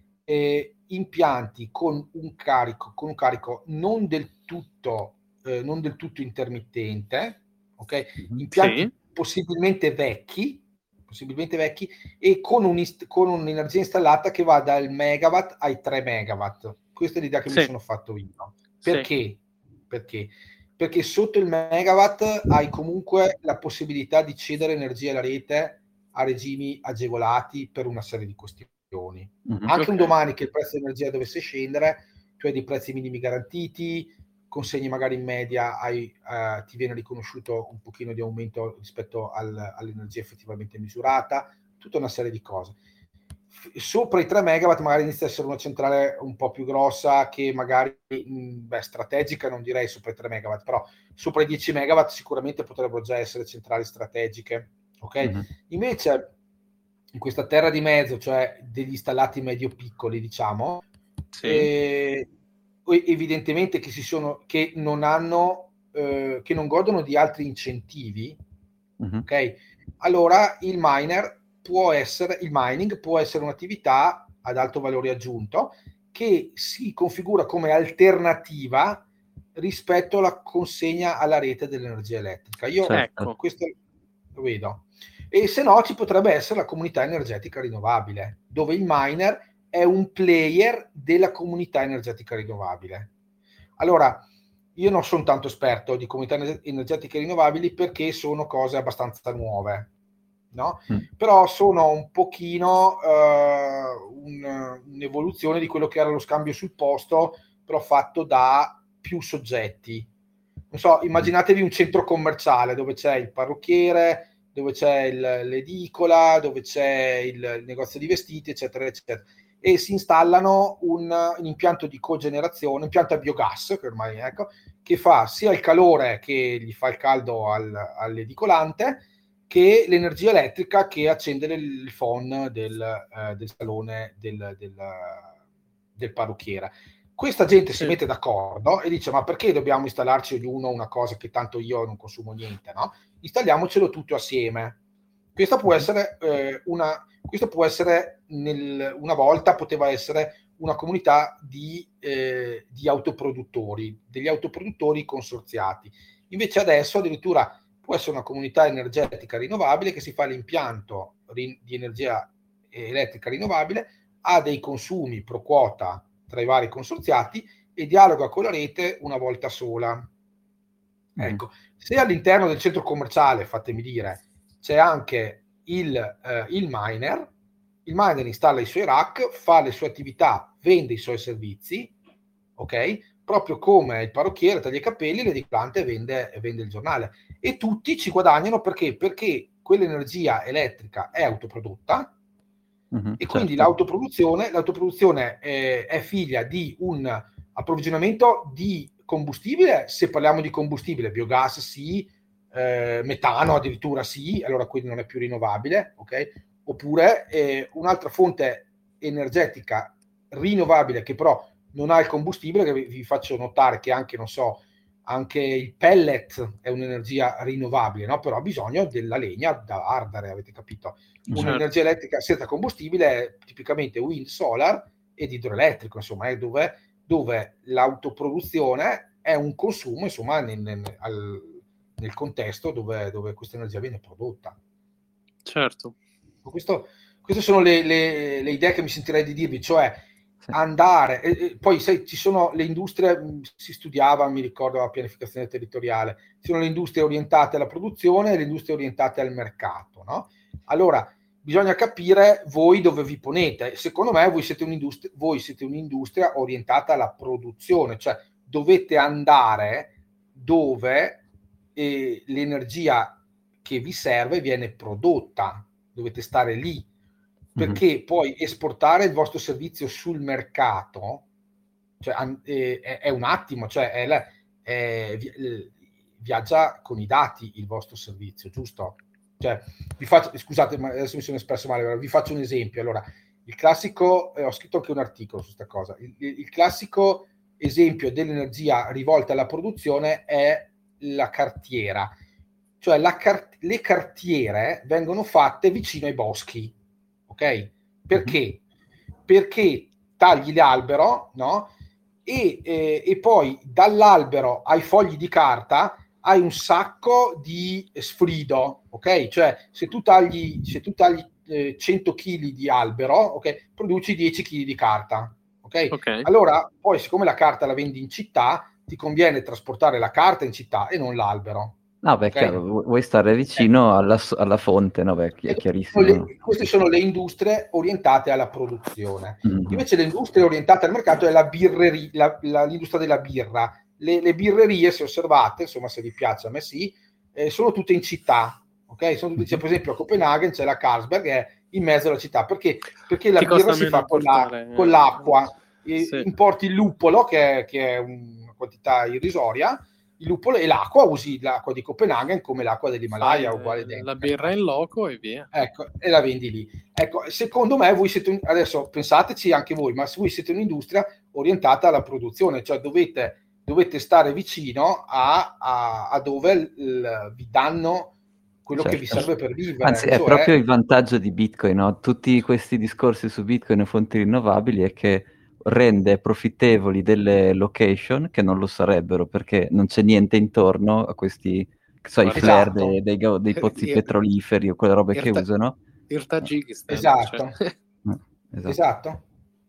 eh, impianti con un carico, con un carico non del tutto, eh, non del tutto intermittente, ok? Impianti sì. possibilmente vecchi, possibilmente vecchi, e con, un ist- con un'energia installata che va dal megawatt ai tre megawatt. Questa è l'idea che sì. mi sono fatto io. Perché? Sì. Perché? Perché sotto il megawatt hai comunque la possibilità di cedere energia alla rete a regimi agevolati per una serie di questioni. Mm-hmm, Anche okay. un domani che il prezzo dell'energia dovesse scendere, tu hai dei prezzi minimi garantiti, consegni magari in media, hai, uh, ti viene riconosciuto un pochino di aumento rispetto al, all'energia effettivamente misurata, tutta una serie di cose. Sopra i tre megawatt magari inizia a essere una centrale un po' più grossa che magari mh, beh, strategica non direi sopra i tre megawatt, però sopra i dieci megawatt sicuramente potrebbero già essere centrali strategiche, ok? Mm-hmm. Invece in questa terra di mezzo, cioè degli installati medio piccoli, diciamo, sì. eh, evidentemente che si sono che non hanno eh, che non godono di altri incentivi, uh-huh. ok? Allora il miner può essere il mining può essere un'attività ad alto valore aggiunto che si configura come alternativa rispetto alla consegna alla rete dell'energia elettrica. Io ecco. questo lo vedo. E se no ci potrebbe essere la comunità energetica rinnovabile, dove il miner è un player della comunità energetica rinnovabile. Allora, io non sono tanto esperto di comunità energetiche rinnovabili perché sono cose abbastanza nuove, no? Mm. Però sono un pochino uh, un, un'evoluzione di quello che era lo scambio sul posto, però fatto da più soggetti. Non so, immaginatevi un centro commerciale dove c'è il parrucchiere, dove c'è il, l'edicola, dove c'è il, il negozio di vestiti, eccetera, eccetera. E si installano un, un impianto di cogenerazione, un impianto a biogas, che ormai ecco, che fa sia il calore che gli fa il caldo al, all'edicolante, che l'energia elettrica che accende il phon del, eh, del salone del, del, del parrucchiere. Questa gente si mette d'accordo e dice: ma perché dobbiamo installarci ognuno una cosa che tanto io non consumo niente, no? Installiamocelo tutto assieme. Questa può essere eh, una questo può essere nel, una volta poteva essere una comunità di, eh, di autoproduttori, degli autoproduttori consorziati. Invece adesso addirittura può essere una comunità energetica rinnovabile che si fa l'impianto rin- di energia elettrica rinnovabile, ha dei consumi pro quota tra i vari consorziati e dialoga con la rete una volta sola. Mm. Ecco, se all'interno del centro commerciale, fatemi dire, c'è anche il, eh, il miner, il miner installa i suoi rack, fa le sue attività, vende i suoi servizi, ok? Proprio come il parrucchiere taglia i capelli, l'edicante vende, vende il giornale. E tutti ci guadagnano perché? Perché quell'energia elettrica è autoprodotta, mm-hmm, e quindi certo. l'autoproduzione, l'autoproduzione è, è figlia di un approvvigionamento di combustibile, se parliamo di combustibile, biogas sì, eh, metano addirittura sì, allora quindi non è più rinnovabile, ok? Oppure eh, un'altra fonte energetica rinnovabile che però non ha il combustibile, che vi, vi faccio notare che anche, non so, anche il pellet è un'energia rinnovabile, no? Però ha bisogno della legna da ardere, avete capito? Certo. Un'energia elettrica senza combustibile è tipicamente wind, solar ed idroelettrico, insomma, è dove, dove l'autoproduzione è un consumo, insomma, nel, nel, al, nel contesto dove, dove questa energia viene prodotta. Certo. Questo, queste sono le, le, le idee che mi sentirei di dirvi, cioè andare, e, e poi sai, ci sono le industrie, si studiava, mi ricordo la pianificazione territoriale, ci sono le industrie orientate alla produzione e le industrie orientate al mercato, no? Allora, bisogna capire voi dove vi ponete. Secondo me voi siete un'industria, voi siete un'industria orientata alla produzione, cioè dovete andare dove eh, l'energia che vi serve viene prodotta, dovete stare lì, perché mm-hmm. poi esportare il vostro servizio sul mercato, cioè, è, è un attimo, cioè è la, è, viaggia con i dati il vostro servizio, giusto? Cioè, vi faccio, scusate, ma adesso mi sono espresso male, vi faccio un esempio. Allora, il classico, eh, ho scritto anche un articolo su questa cosa, il, il classico esempio dell'energia rivolta alla produzione è la cartiera, cioè la car- le cartiere vengono fatte vicino ai boschi, ok? Perché? Mm-hmm. Perché tagli l'albero, no? E, eh, e poi dall'albero ai fogli di carta hai un sacco di sfrido, ok? Cioè se tu tagli, se tu tagli eh, cento chili di albero, ok? Produci dieci chili di carta, okay? ok? Allora, poi siccome la carta la vendi in città, ti conviene trasportare la carta in città e non l'albero. No, beh, okay? Chiaro, vuoi stare vicino eh. alla, alla fonte, no? Beh, è chiarissimo. Le, queste sono le industrie orientate alla produzione. Mm-hmm. Invece le industrie orientate al mercato è la birreria, la, la, l'industria della birra. Le, le birrerie, se osservate, insomma, se vi piace, a me sì, eh, sono tutte in città, ok? Sono tutte, cioè, per esempio a Copenaghen c'è la Carlsberg, è in mezzo alla città, perché, perché la birra si fa con, la, con l'acqua, eh, sì. Importi il luppolo, che è, che è una quantità irrisoria, il luppolo e l'acqua, usi l'acqua di Copenaghen come l'acqua dell'Himalaya, Fai, uguale eh, dentro. La birra in loco e via. Ecco, e la vendi lì. Ecco, secondo me voi siete, un, adesso pensateci anche voi, ma se voi siete un'industria orientata alla produzione, cioè dovete, dovete stare vicino a, a, a dove il, vi danno quello certo. che vi serve per vivere. Anzi, è cioè... proprio il vantaggio di Bitcoin, no? Tutti questi discorsi su Bitcoin e fonti rinnovabili è che rende profittevoli delle location che non lo sarebbero, perché non c'è niente intorno a questi, so, i flare esatto. dei, dei, dei pozzi petroliferi o quelle robe Irta, che usano. Irtagigistan. Esatto. Cioè. esatto. esatto.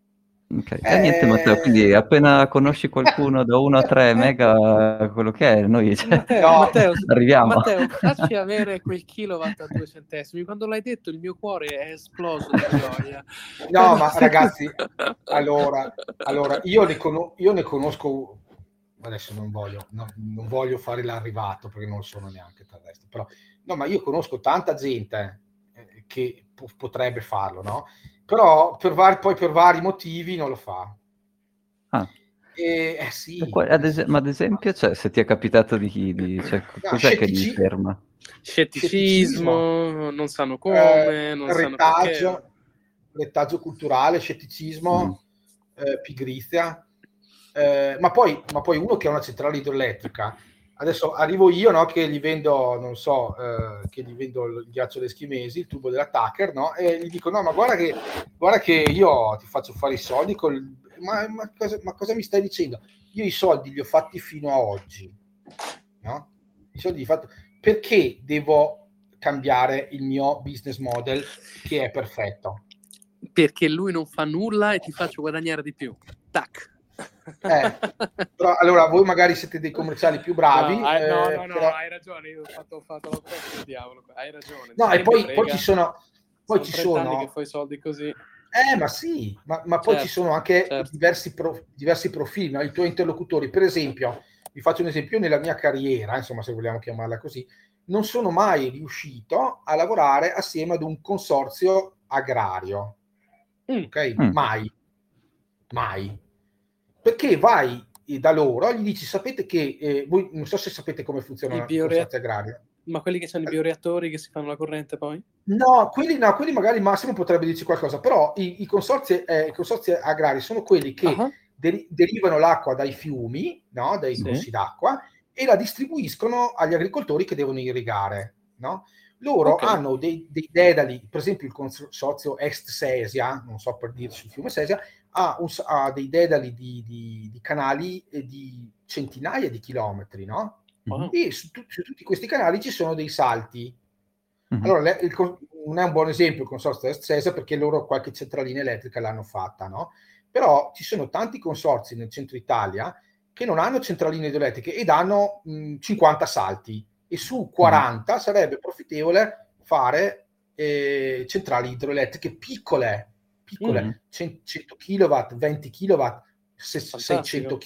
Ok, e eh... niente Matteo, quindi appena conosci qualcuno da uno a tre mega, quello che è, noi cioè, Matteo, no. Matteo, arriviamo. Matteo, facci avere quel kilowatt a due centesimi. Quando l'hai detto il mio cuore è esploso di gioia. No, ma ragazzi, allora, allora io, ne con- io ne conosco, adesso non voglio, no, non voglio fare l'arrivato perché non lo sono neanche per il resto, però, no, ma io conosco tanta gente eh, che po- potrebbe farlo, no? Però per vari, poi per vari motivi non lo fa. Ah. E, eh sì, qua, ad es- ma ad esempio, cioè, se ti è capitato di, di cioè, no, cos'è scettici- che li ferma? Scetticismo, non sanno come, eh, non retaggio, sanno perché. Retaggio culturale, scetticismo, mm. eh, pigrizia, eh, ma, poi, ma poi uno che ha una centrale idroelettrica. Adesso arrivo io, no, che gli vendo, non so, eh, che gli vendo il ghiaccio d'eschimesi, il tubo della Tucker, no, e gli dico, no, ma guarda che, guarda che io ti faccio fare i soldi, col... ma, ma, cosa, ma cosa mi stai dicendo? Io i soldi li ho fatti fino a oggi, no? I soldi li ho fatti... Perché devo cambiare il mio business model che è perfetto? Perché lui non fa nulla e ti faccio guadagnare di più. Tac. Eh, però allora voi magari siete dei commerciali più bravi. No, hai, eh, no, no, no, però... hai ragione, io ho fatto, ho fatto la cosa del diavolo. Hai ragione. No, e poi, poi ci sono... Poi sono ci sono... anni che fai soldi così. Eh, ma sì, ma, ma poi certo, ci sono anche certo. diversi, pro, diversi profili, no? I tuoi interlocutori. Per esempio, vi faccio un esempio, nella mia carriera, insomma, se vogliamo chiamarla così, non sono mai riuscito a lavorare assieme ad un consorzio agrario. Mm. Ok? Mm. Mai. Mai. Perché vai da loro, gli dici, sapete che, eh, voi non so se sapete come funziona il biorea- consorzio agrario. Ma quelli che sono i bioreattori che si fanno la corrente poi? No, quelli, no, quelli magari Massimo potrebbe dirci qualcosa, però i, i, consorzi, eh, i consorzi agrari sono quelli che uh-huh. de- derivano l'acqua dai fiumi, no? Dai sì. corsi d'acqua, e la distribuiscono agli agricoltori che devono irrigare, no? Loro okay. hanno dei, dei dedali, per esempio il consorzio Est Sesia, non so per dirci il fiume Sesia, ha, un, ha dei dedali di, di, di canali di centinaia di chilometri, no? Uh-huh. E su, tu, su tutti questi canali ci sono dei salti. Uh-huh. Allora, le, il, non è un buon esempio il consorzio Est Sesia perché loro qualche centralina elettrica l'hanno fatta, no? Però ci sono tanti consorzi nel centro Italia che non hanno centraline idroelettriche ed hanno mh, cinquanta salti. E su quaranta mm. sarebbe profittevole fare eh, centrali idroelettriche piccole, piccole, mm. cento chilowatt, venti chilowatt, seicento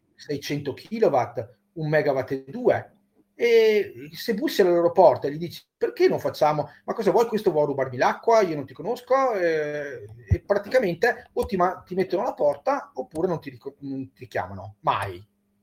chilowatt, un megawatt e due. E se bussi alla loro porta e gli dici perché non facciamo, ma cosa vuoi, questo vuoi rubarmi l'acqua, io non ti conosco, eh, e praticamente o ti, ma- ti mettono alla porta oppure non ti, non ti chiamano, mai.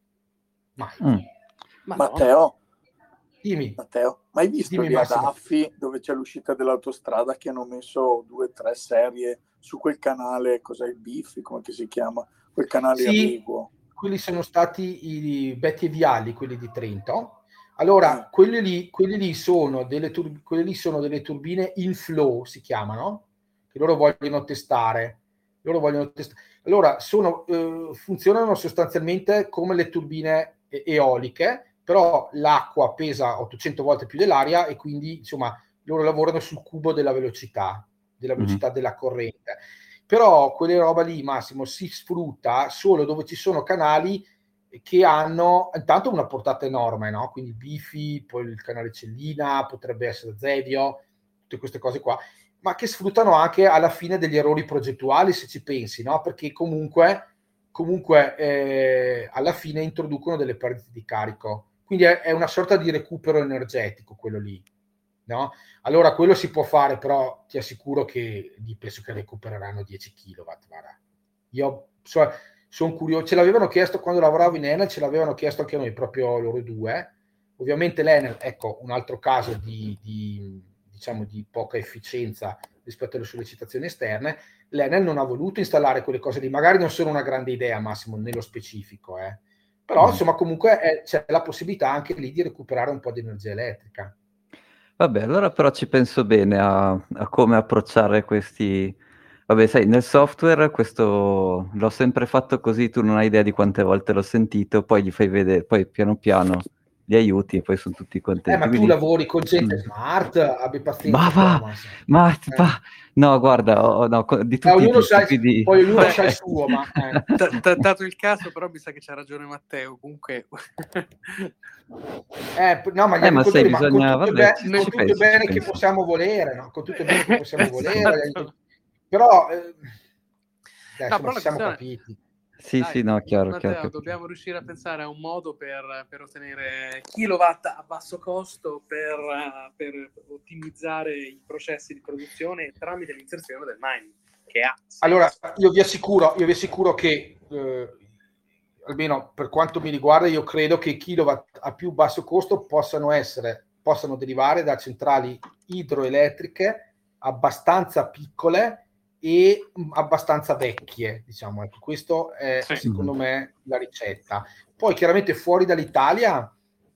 Mai. Mm. Matteo, Dimmi. Matteo, ma hai visto Dimmi, lì ad Affi, dove c'è l'uscita dell'autostrada, che hanno messo due o tre serie su quel canale, cos'è il Biffi, come si chiama? Quel canale sì, ambiguo. Quelli sono stati i Betti e Viali, quelli di Trento. Allora, eh. quelli, lì, quelli, lì sono delle tur- quelli lì sono delle turbine in flow, si chiamano, che loro vogliono testare. Loro vogliono testare. Allora, sono, eh, funzionano sostanzialmente come le turbine e- eoliche, però l'acqua pesa ottocento volte più dell'aria e quindi insomma loro lavorano sul cubo della velocità, della velocità mm-hmm. della corrente. Però quelle roba lì, Massimo, si sfrutta solo dove ci sono canali che hanno intanto una portata enorme, no? Quindi Bifi, poi il canale Cellina, potrebbe essere Zevio, tutte queste cose qua, ma che sfruttano anche alla fine degli errori progettuali, se ci pensi, no? Perché comunque, comunque eh, alla fine introducono delle perdite di carico. Quindi è, è una sorta di recupero energetico quello lì, no? Allora quello si può fare, però ti assicuro che lì penso che recupereranno dieci chilowatt. Guarda. Io so, sono curioso, ce l'avevano chiesto quando lavoravo in Enel, ce l'avevano chiesto anche noi, proprio loro due. Ovviamente l'Enel, ecco, un altro caso di, di diciamo di poca efficienza rispetto alle sollecitazioni esterne. L'Enel non ha voluto installare quelle cose lì, magari non sono una grande idea, Massimo, nello specifico, eh. però mm. insomma comunque è, c'è la possibilità anche lì di recuperare un po' di energia elettrica. Vabbè, allora però ci penso bene a, a come approcciare questi... Vabbè, sai, nel software questo l'ho sempre fatto così, tu non hai idea di quante volte l'ho sentito, poi gli fai vedere, poi piano piano li aiuti e poi sono tutti contenti. Eh, ma Quindi... tu lavori con gente smart, abbi pazienza. Ma va, ma, eh. ma no, guarda, oh, no, di tutti eh, ognuno i tipi, quindi... Poi ognuno sa il suo, ma... Eh. Dato il caso, però mi sa che c'ha ragione Matteo, comunque... eh, no, ma, gli eh, ma sai, ma bisogna... con tutto vabbè, il be- pensi, bene che pensi. possiamo volere, no? Con tutto il bene che possiamo volere, Esatto. però... Eh, dai, no, insomma, però ci siamo questione... capiti. Sì, Dai, sì, no, chiaro, Matteo, chiaro. dobbiamo riuscire a pensare a un modo per, per ottenere kilowatt a basso costo per, uh, per ottimizzare i processi di produzione tramite l'inserzione del mining, che ha senso. Allora, io vi assicuro, io vi assicuro che, eh, almeno per quanto mi riguarda, io credo che i kilowatt a più basso costo possano essere, possano derivare da centrali idroelettriche abbastanza piccole e abbastanza vecchie, diciamo, ecco, questo è sì. secondo me la ricetta. Poi chiaramente fuori dall'Italia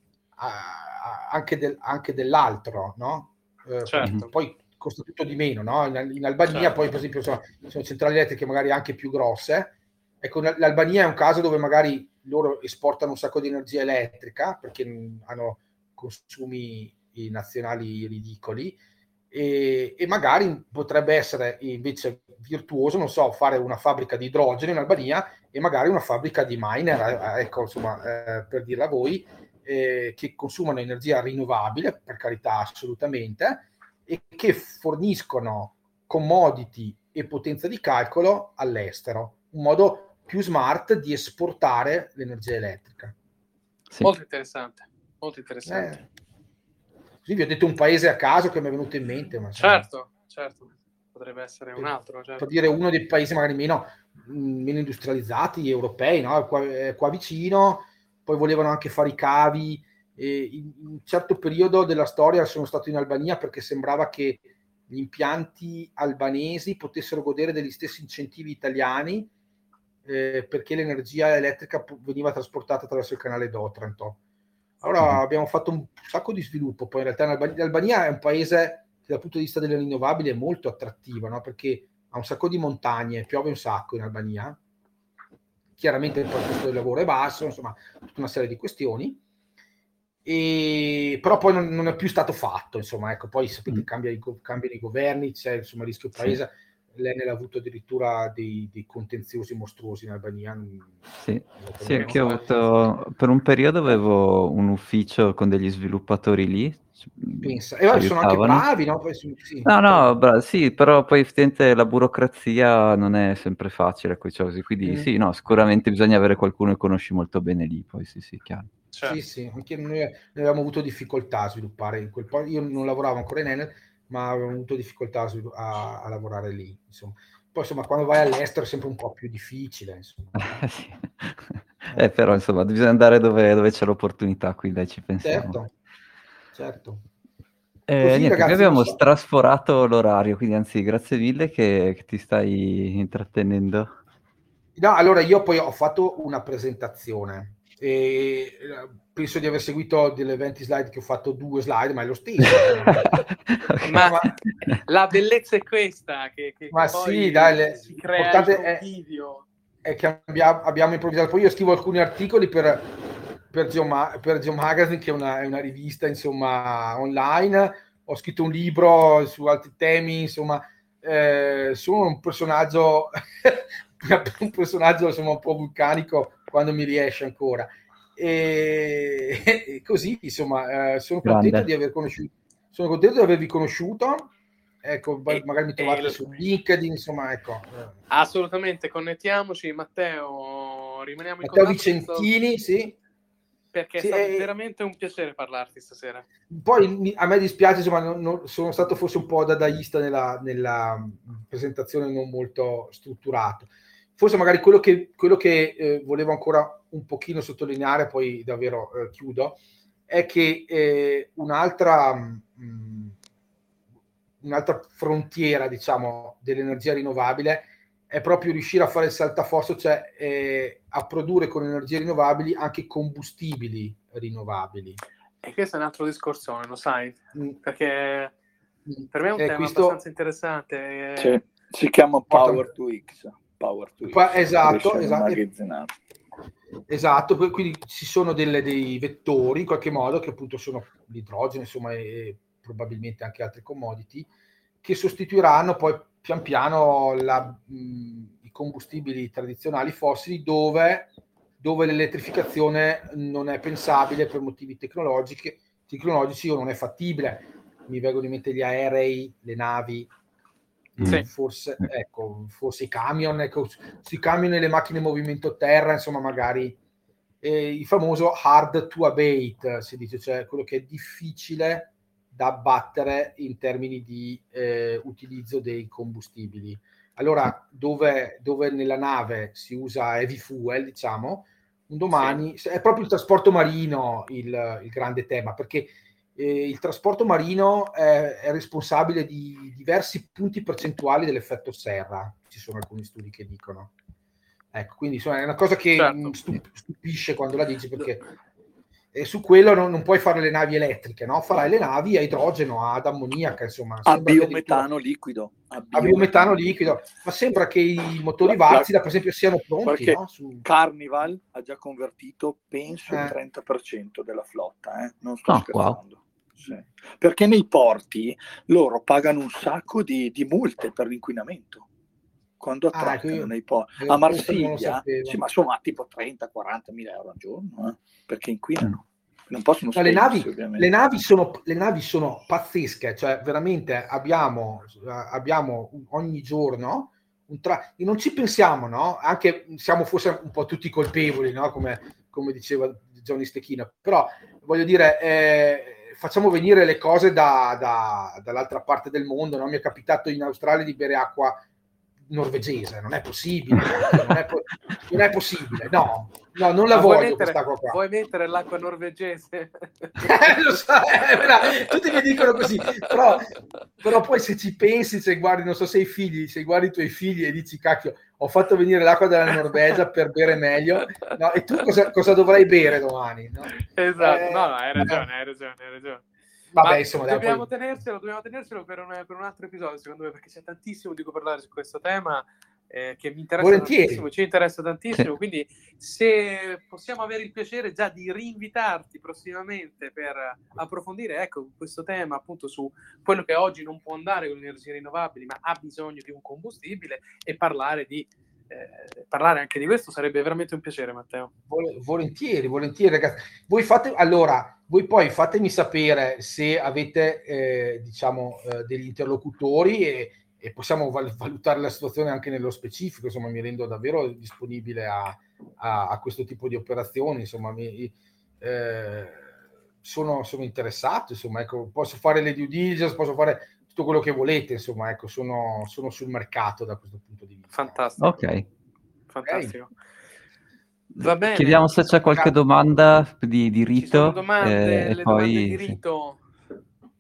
anche, del, anche dell'altro, no? Eh, certo. Poi costa tutto di meno, no? In, in Albania certo. Poi per esempio sono, sono centrali elettriche magari anche più grosse. Ecco, l'Albania è un caso dove magari loro esportano un sacco di energia elettrica perché hanno consumi nazionali ridicoli. E, e magari potrebbe essere invece virtuoso, non so, fare una fabbrica di idrogeno in Albania e magari una fabbrica di miner, ecco, insomma, eh, per dirla a voi, eh, che consumano energia rinnovabile, per carità, assolutamente, e che forniscono commodity e potenza di calcolo all'estero, un modo più smart di esportare l'energia elettrica. Sì. Molto interessante, molto interessante. Eh. Sì, vi ho detto un paese a caso che mi è venuto in mente. Ma certo, certo, potrebbe essere un altro. Certo. Per dire uno dei paesi magari meno, meno industrializzati, europei, no? Qua, eh, qua vicino, poi volevano anche fare i cavi. E in un certo periodo della storia sono stato in Albania perché sembrava che gli impianti albanesi potessero godere degli stessi incentivi italiani eh, perché l'energia elettrica veniva trasportata attraverso il canale d'Otranto. Allora abbiamo fatto un sacco di sviluppo, poi in realtà l'Albania, l'Albania è un paese che dal punto di vista delle rinnovabili è molto attrattivo, no? Perché ha un sacco di montagne, piove un sacco in Albania, chiaramente il costo del lavoro è basso, insomma tutta una serie di questioni, e, però poi non, non è più stato fatto, insomma, ecco, poi sapete, cambia i, cambiano i governi, c'è insomma il rischio paese. Sì. L'Enel ha avuto addirittura dei, dei contenziosi mostruosi in Albania. Sì, sì, anche ho avuto, per un periodo avevo un ufficio con degli sviluppatori lì. Pensa, e sono anche bravi, no? Poi, sì, no, no, bra- sì, però poi effettivamente la burocrazia non è sempre facile, così, quindi mm. sì, no, sicuramente bisogna avere qualcuno che conosci molto bene lì, poi sì, sì, chiaro. Certo. Sì, sì, anche noi, noi avevamo avuto difficoltà a sviluppare in quel po', io non lavoravo ancora in Enel, ma avevo avuto difficoltà a, a, a lavorare lì, insomma. Poi insomma quando vai all'estero è sempre un po' più difficile, insomma. sì. eh, però insomma bisogna andare dove, dove c'è l'opportunità, quindi dai, ci pensiamo. Certo, certo. Eh, Così, niente, ragazzi, abbiamo so. trasforato l'orario, quindi anzi grazie mille che, che ti stai intrattenendo. No, allora io poi ho fatto una presentazione e penso di aver seguito delle venti slide che ho fatto due slide, ma è lo stesso. okay. ma, ma la bellezza è questa, che, che ma poi sì, dai, le, si crea il è, video. È che abbiamo, abbiamo improvvisato. Poi io scrivo alcuni articoli per, per, Geo, per Geo Magazine, che è una, è una rivista insomma online. Ho scritto un libro su altri temi, insomma, eh, sono un personaggio un personaggio insomma un po' vulcanico quando mi riesce ancora, e, e così insomma eh, sono Grande. contento di aver conosciuto sono contento di avervi conosciuto, ecco, e, magari mi trovate su LinkedIn, insomma, ecco. Assolutamente, connettiamoci. Matteo, rimaniamo in Matteo contatto. Vicentini, questo... sì, perché sì, è stato è... veramente un piacere parlarti stasera. Poi a me dispiace, insomma, non, non, sono stato forse un po' dadaista nella, nella presentazione, non molto strutturato. Forse magari quello che, quello che eh, volevo ancora un pochino sottolineare, poi davvero eh, chiudo, è che eh, un'altra, mh, un'altra frontiera, diciamo, dell'energia rinnovabile è proprio riuscire a fare il saltafosso, cioè eh, a produrre con energie rinnovabili anche combustibili rinnovabili. E questo è un altro discorso, lo sai, mm. perché per me è un eh, tema questo... abbastanza interessante. Sì, si chiama Power to X. Power to X. Pa- esatto, esatto. Esatto, quindi ci sono delle, dei vettori in qualche modo che appunto sono l'idrogeno, insomma, e probabilmente anche altre commodity, che sostituiranno poi pian piano la, mh, i combustibili tradizionali fossili dove, dove l'elettrificazione non è pensabile per motivi tecnologici, tecnologici o non è fattibile. Mi vengono in mente gli aerei, le navi, sì. forse, ecco, forse i camion, ecco, sui camion e le macchine in movimento terra, insomma, magari eh, il famoso hard to abate, si dice, cioè quello che è difficile da abbattere in termini di eh, utilizzo dei combustibili. Allora, dove, dove nella nave si usa heavy fuel, diciamo, un domani sì. È proprio il trasporto marino il, il grande tema, perché eh, il trasporto marino è, è responsabile di diversi punti percentuali dell'effetto serra, ci sono alcuni studi che dicono. Ecco, quindi insomma, è una cosa che certo. stupisce quando la dici, perché e su quello non, non puoi fare le navi elettriche, no? Farai le navi a idrogeno, ad ammoniaca, insomma. A biometano liquido. A biometano, a biometano liquido. Ma sembra che i motori Wärtsilä, per esempio, siano pronti, perché no? Su... Carnival ha già convertito, penso, eh. il trenta per cento della flotta, eh? Non sto oh, scherzando. Wow. Sì. Perché nei porti loro pagano un sacco di, di multe per l'inquinamento. Quando attraccano ah, nei porti. A Marsiglia, sì, ma sono tipo trenta quaranta mila euro al giorno, eh? Perché inquinano. Non possono no, le, navi, le, navi sono, le navi sono pazzesche, cioè veramente abbiamo, abbiamo ogni giorno un tra... e non ci pensiamo, no? Anche siamo forse un po' tutti colpevoli, no? Come, come diceva Johnny Stecchino, però voglio dire, eh, facciamo venire le cose da, da, dall'altra parte del mondo, no? Mi è capitato in Australia di bere acqua norvegese, non è possibile, non è, po- non è possibile, no, no, non la Ma voglio mettere, questa acqua qua. Vuoi mettere l'acqua norvegese? eh, lo so, eh, tutti mi dicono così, però, però poi se ci pensi, se guardi, non so se hai figli, se guardi i tuoi figli e dici, cacchio, ho fatto venire l'acqua dalla Norvegia per bere meglio, no? E tu cosa, cosa dovrai bere domani? No? Esatto, eh, no, no, hai ragione, hai ragione, hai ragione. Vabbè, insomma, dobbiamo, poi... tenerselo, dobbiamo tenerselo per un, per un altro episodio, secondo me, perché c'è tantissimo di cui parlare su questo tema eh, che mi interessa Volentieri. tantissimo, ci interessa tantissimo, sì. Quindi se possiamo avere il piacere già di rinvitarti prossimamente per approfondire ecco, questo tema appunto su quello che oggi non può andare con le energie rinnovabili ma ha bisogno di un combustibile e parlare di Eh, parlare anche di questo sarebbe veramente un piacere, Matteo. Volentieri, volentieri, ragazzi. Voi fate allora, voi poi fatemi sapere se avete eh, diciamo eh, degli interlocutori e, e possiamo valutare la situazione anche nello specifico. Insomma, mi rendo davvero disponibile a, a, a questo tipo di operazioni. Insomma, mi, eh, sono, sono interessato. Insomma, ecco, posso fare le due diligence, posso fare tutto quello che volete, insomma, ecco, sono, sono sul mercato da questo punto di vista. Fantastico. Ok. Fantastico. Okay. Va bene. Chiediamo se c'è qualche domanda di, di rito. Ci sono domande, eh, le e poi... domande di rito. Sì.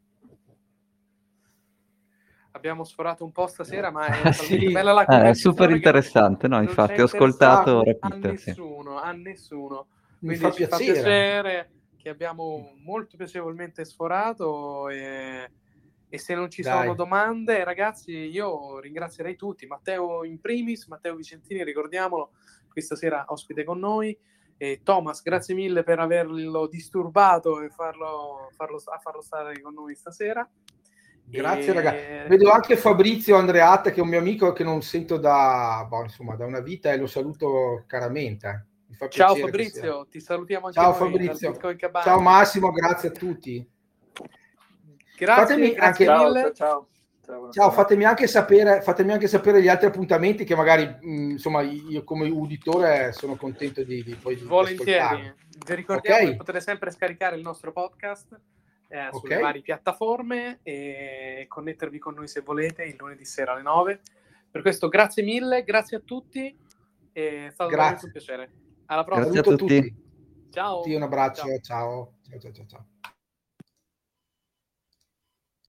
Abbiamo sforato un po' stasera, ma è sì. bella la ah, è super interessante, no? Infatti, ho ascoltato rapito. A nessuno, sì. a nessuno. Mi Quindi fa ci piacere. fa piacere che abbiamo molto piacevolmente sforato e... E se non ci Dai. sono domande, ragazzi, io ringrazierei tutti. Matteo in primis, Matteo Vicentini, ricordiamolo, questa sera ospite con noi. E Thomas, grazie mille per averlo disturbato e farlo, farlo, a farlo stare con noi stasera. Grazie, e... ragazzi. Vedo anche Fabrizio Andreatta, che è un mio amico che non sento da, boh, insomma, da una vita e lo saluto caramente. Mi fa Ciao Fabrizio, sia... ti salutiamo anche Ciao noi. Fabrizio. Ciao Massimo, grazie a tutti. Grazie, fatemi grazie anche, mille. Ciao, ciao, ciao. Ciao, fatemi anche sapere, fatemi anche sapere gli altri appuntamenti che magari, mh, insomma, io come uditore sono contento di, di poi di Volentieri. Vi ricordiamo okay. che potete sempre scaricare il nostro podcast eh, sulle okay. varie piattaforme e connettervi con noi se volete il lunedì sera alle nove. Per questo grazie mille, grazie a tutti, è stato veramente un piacere. Alla prossima. Grazie a tutti. tutti. Ciao. Tutti un abbraccio, ciao. ciao. Ciao, ciao, ciao, ciao.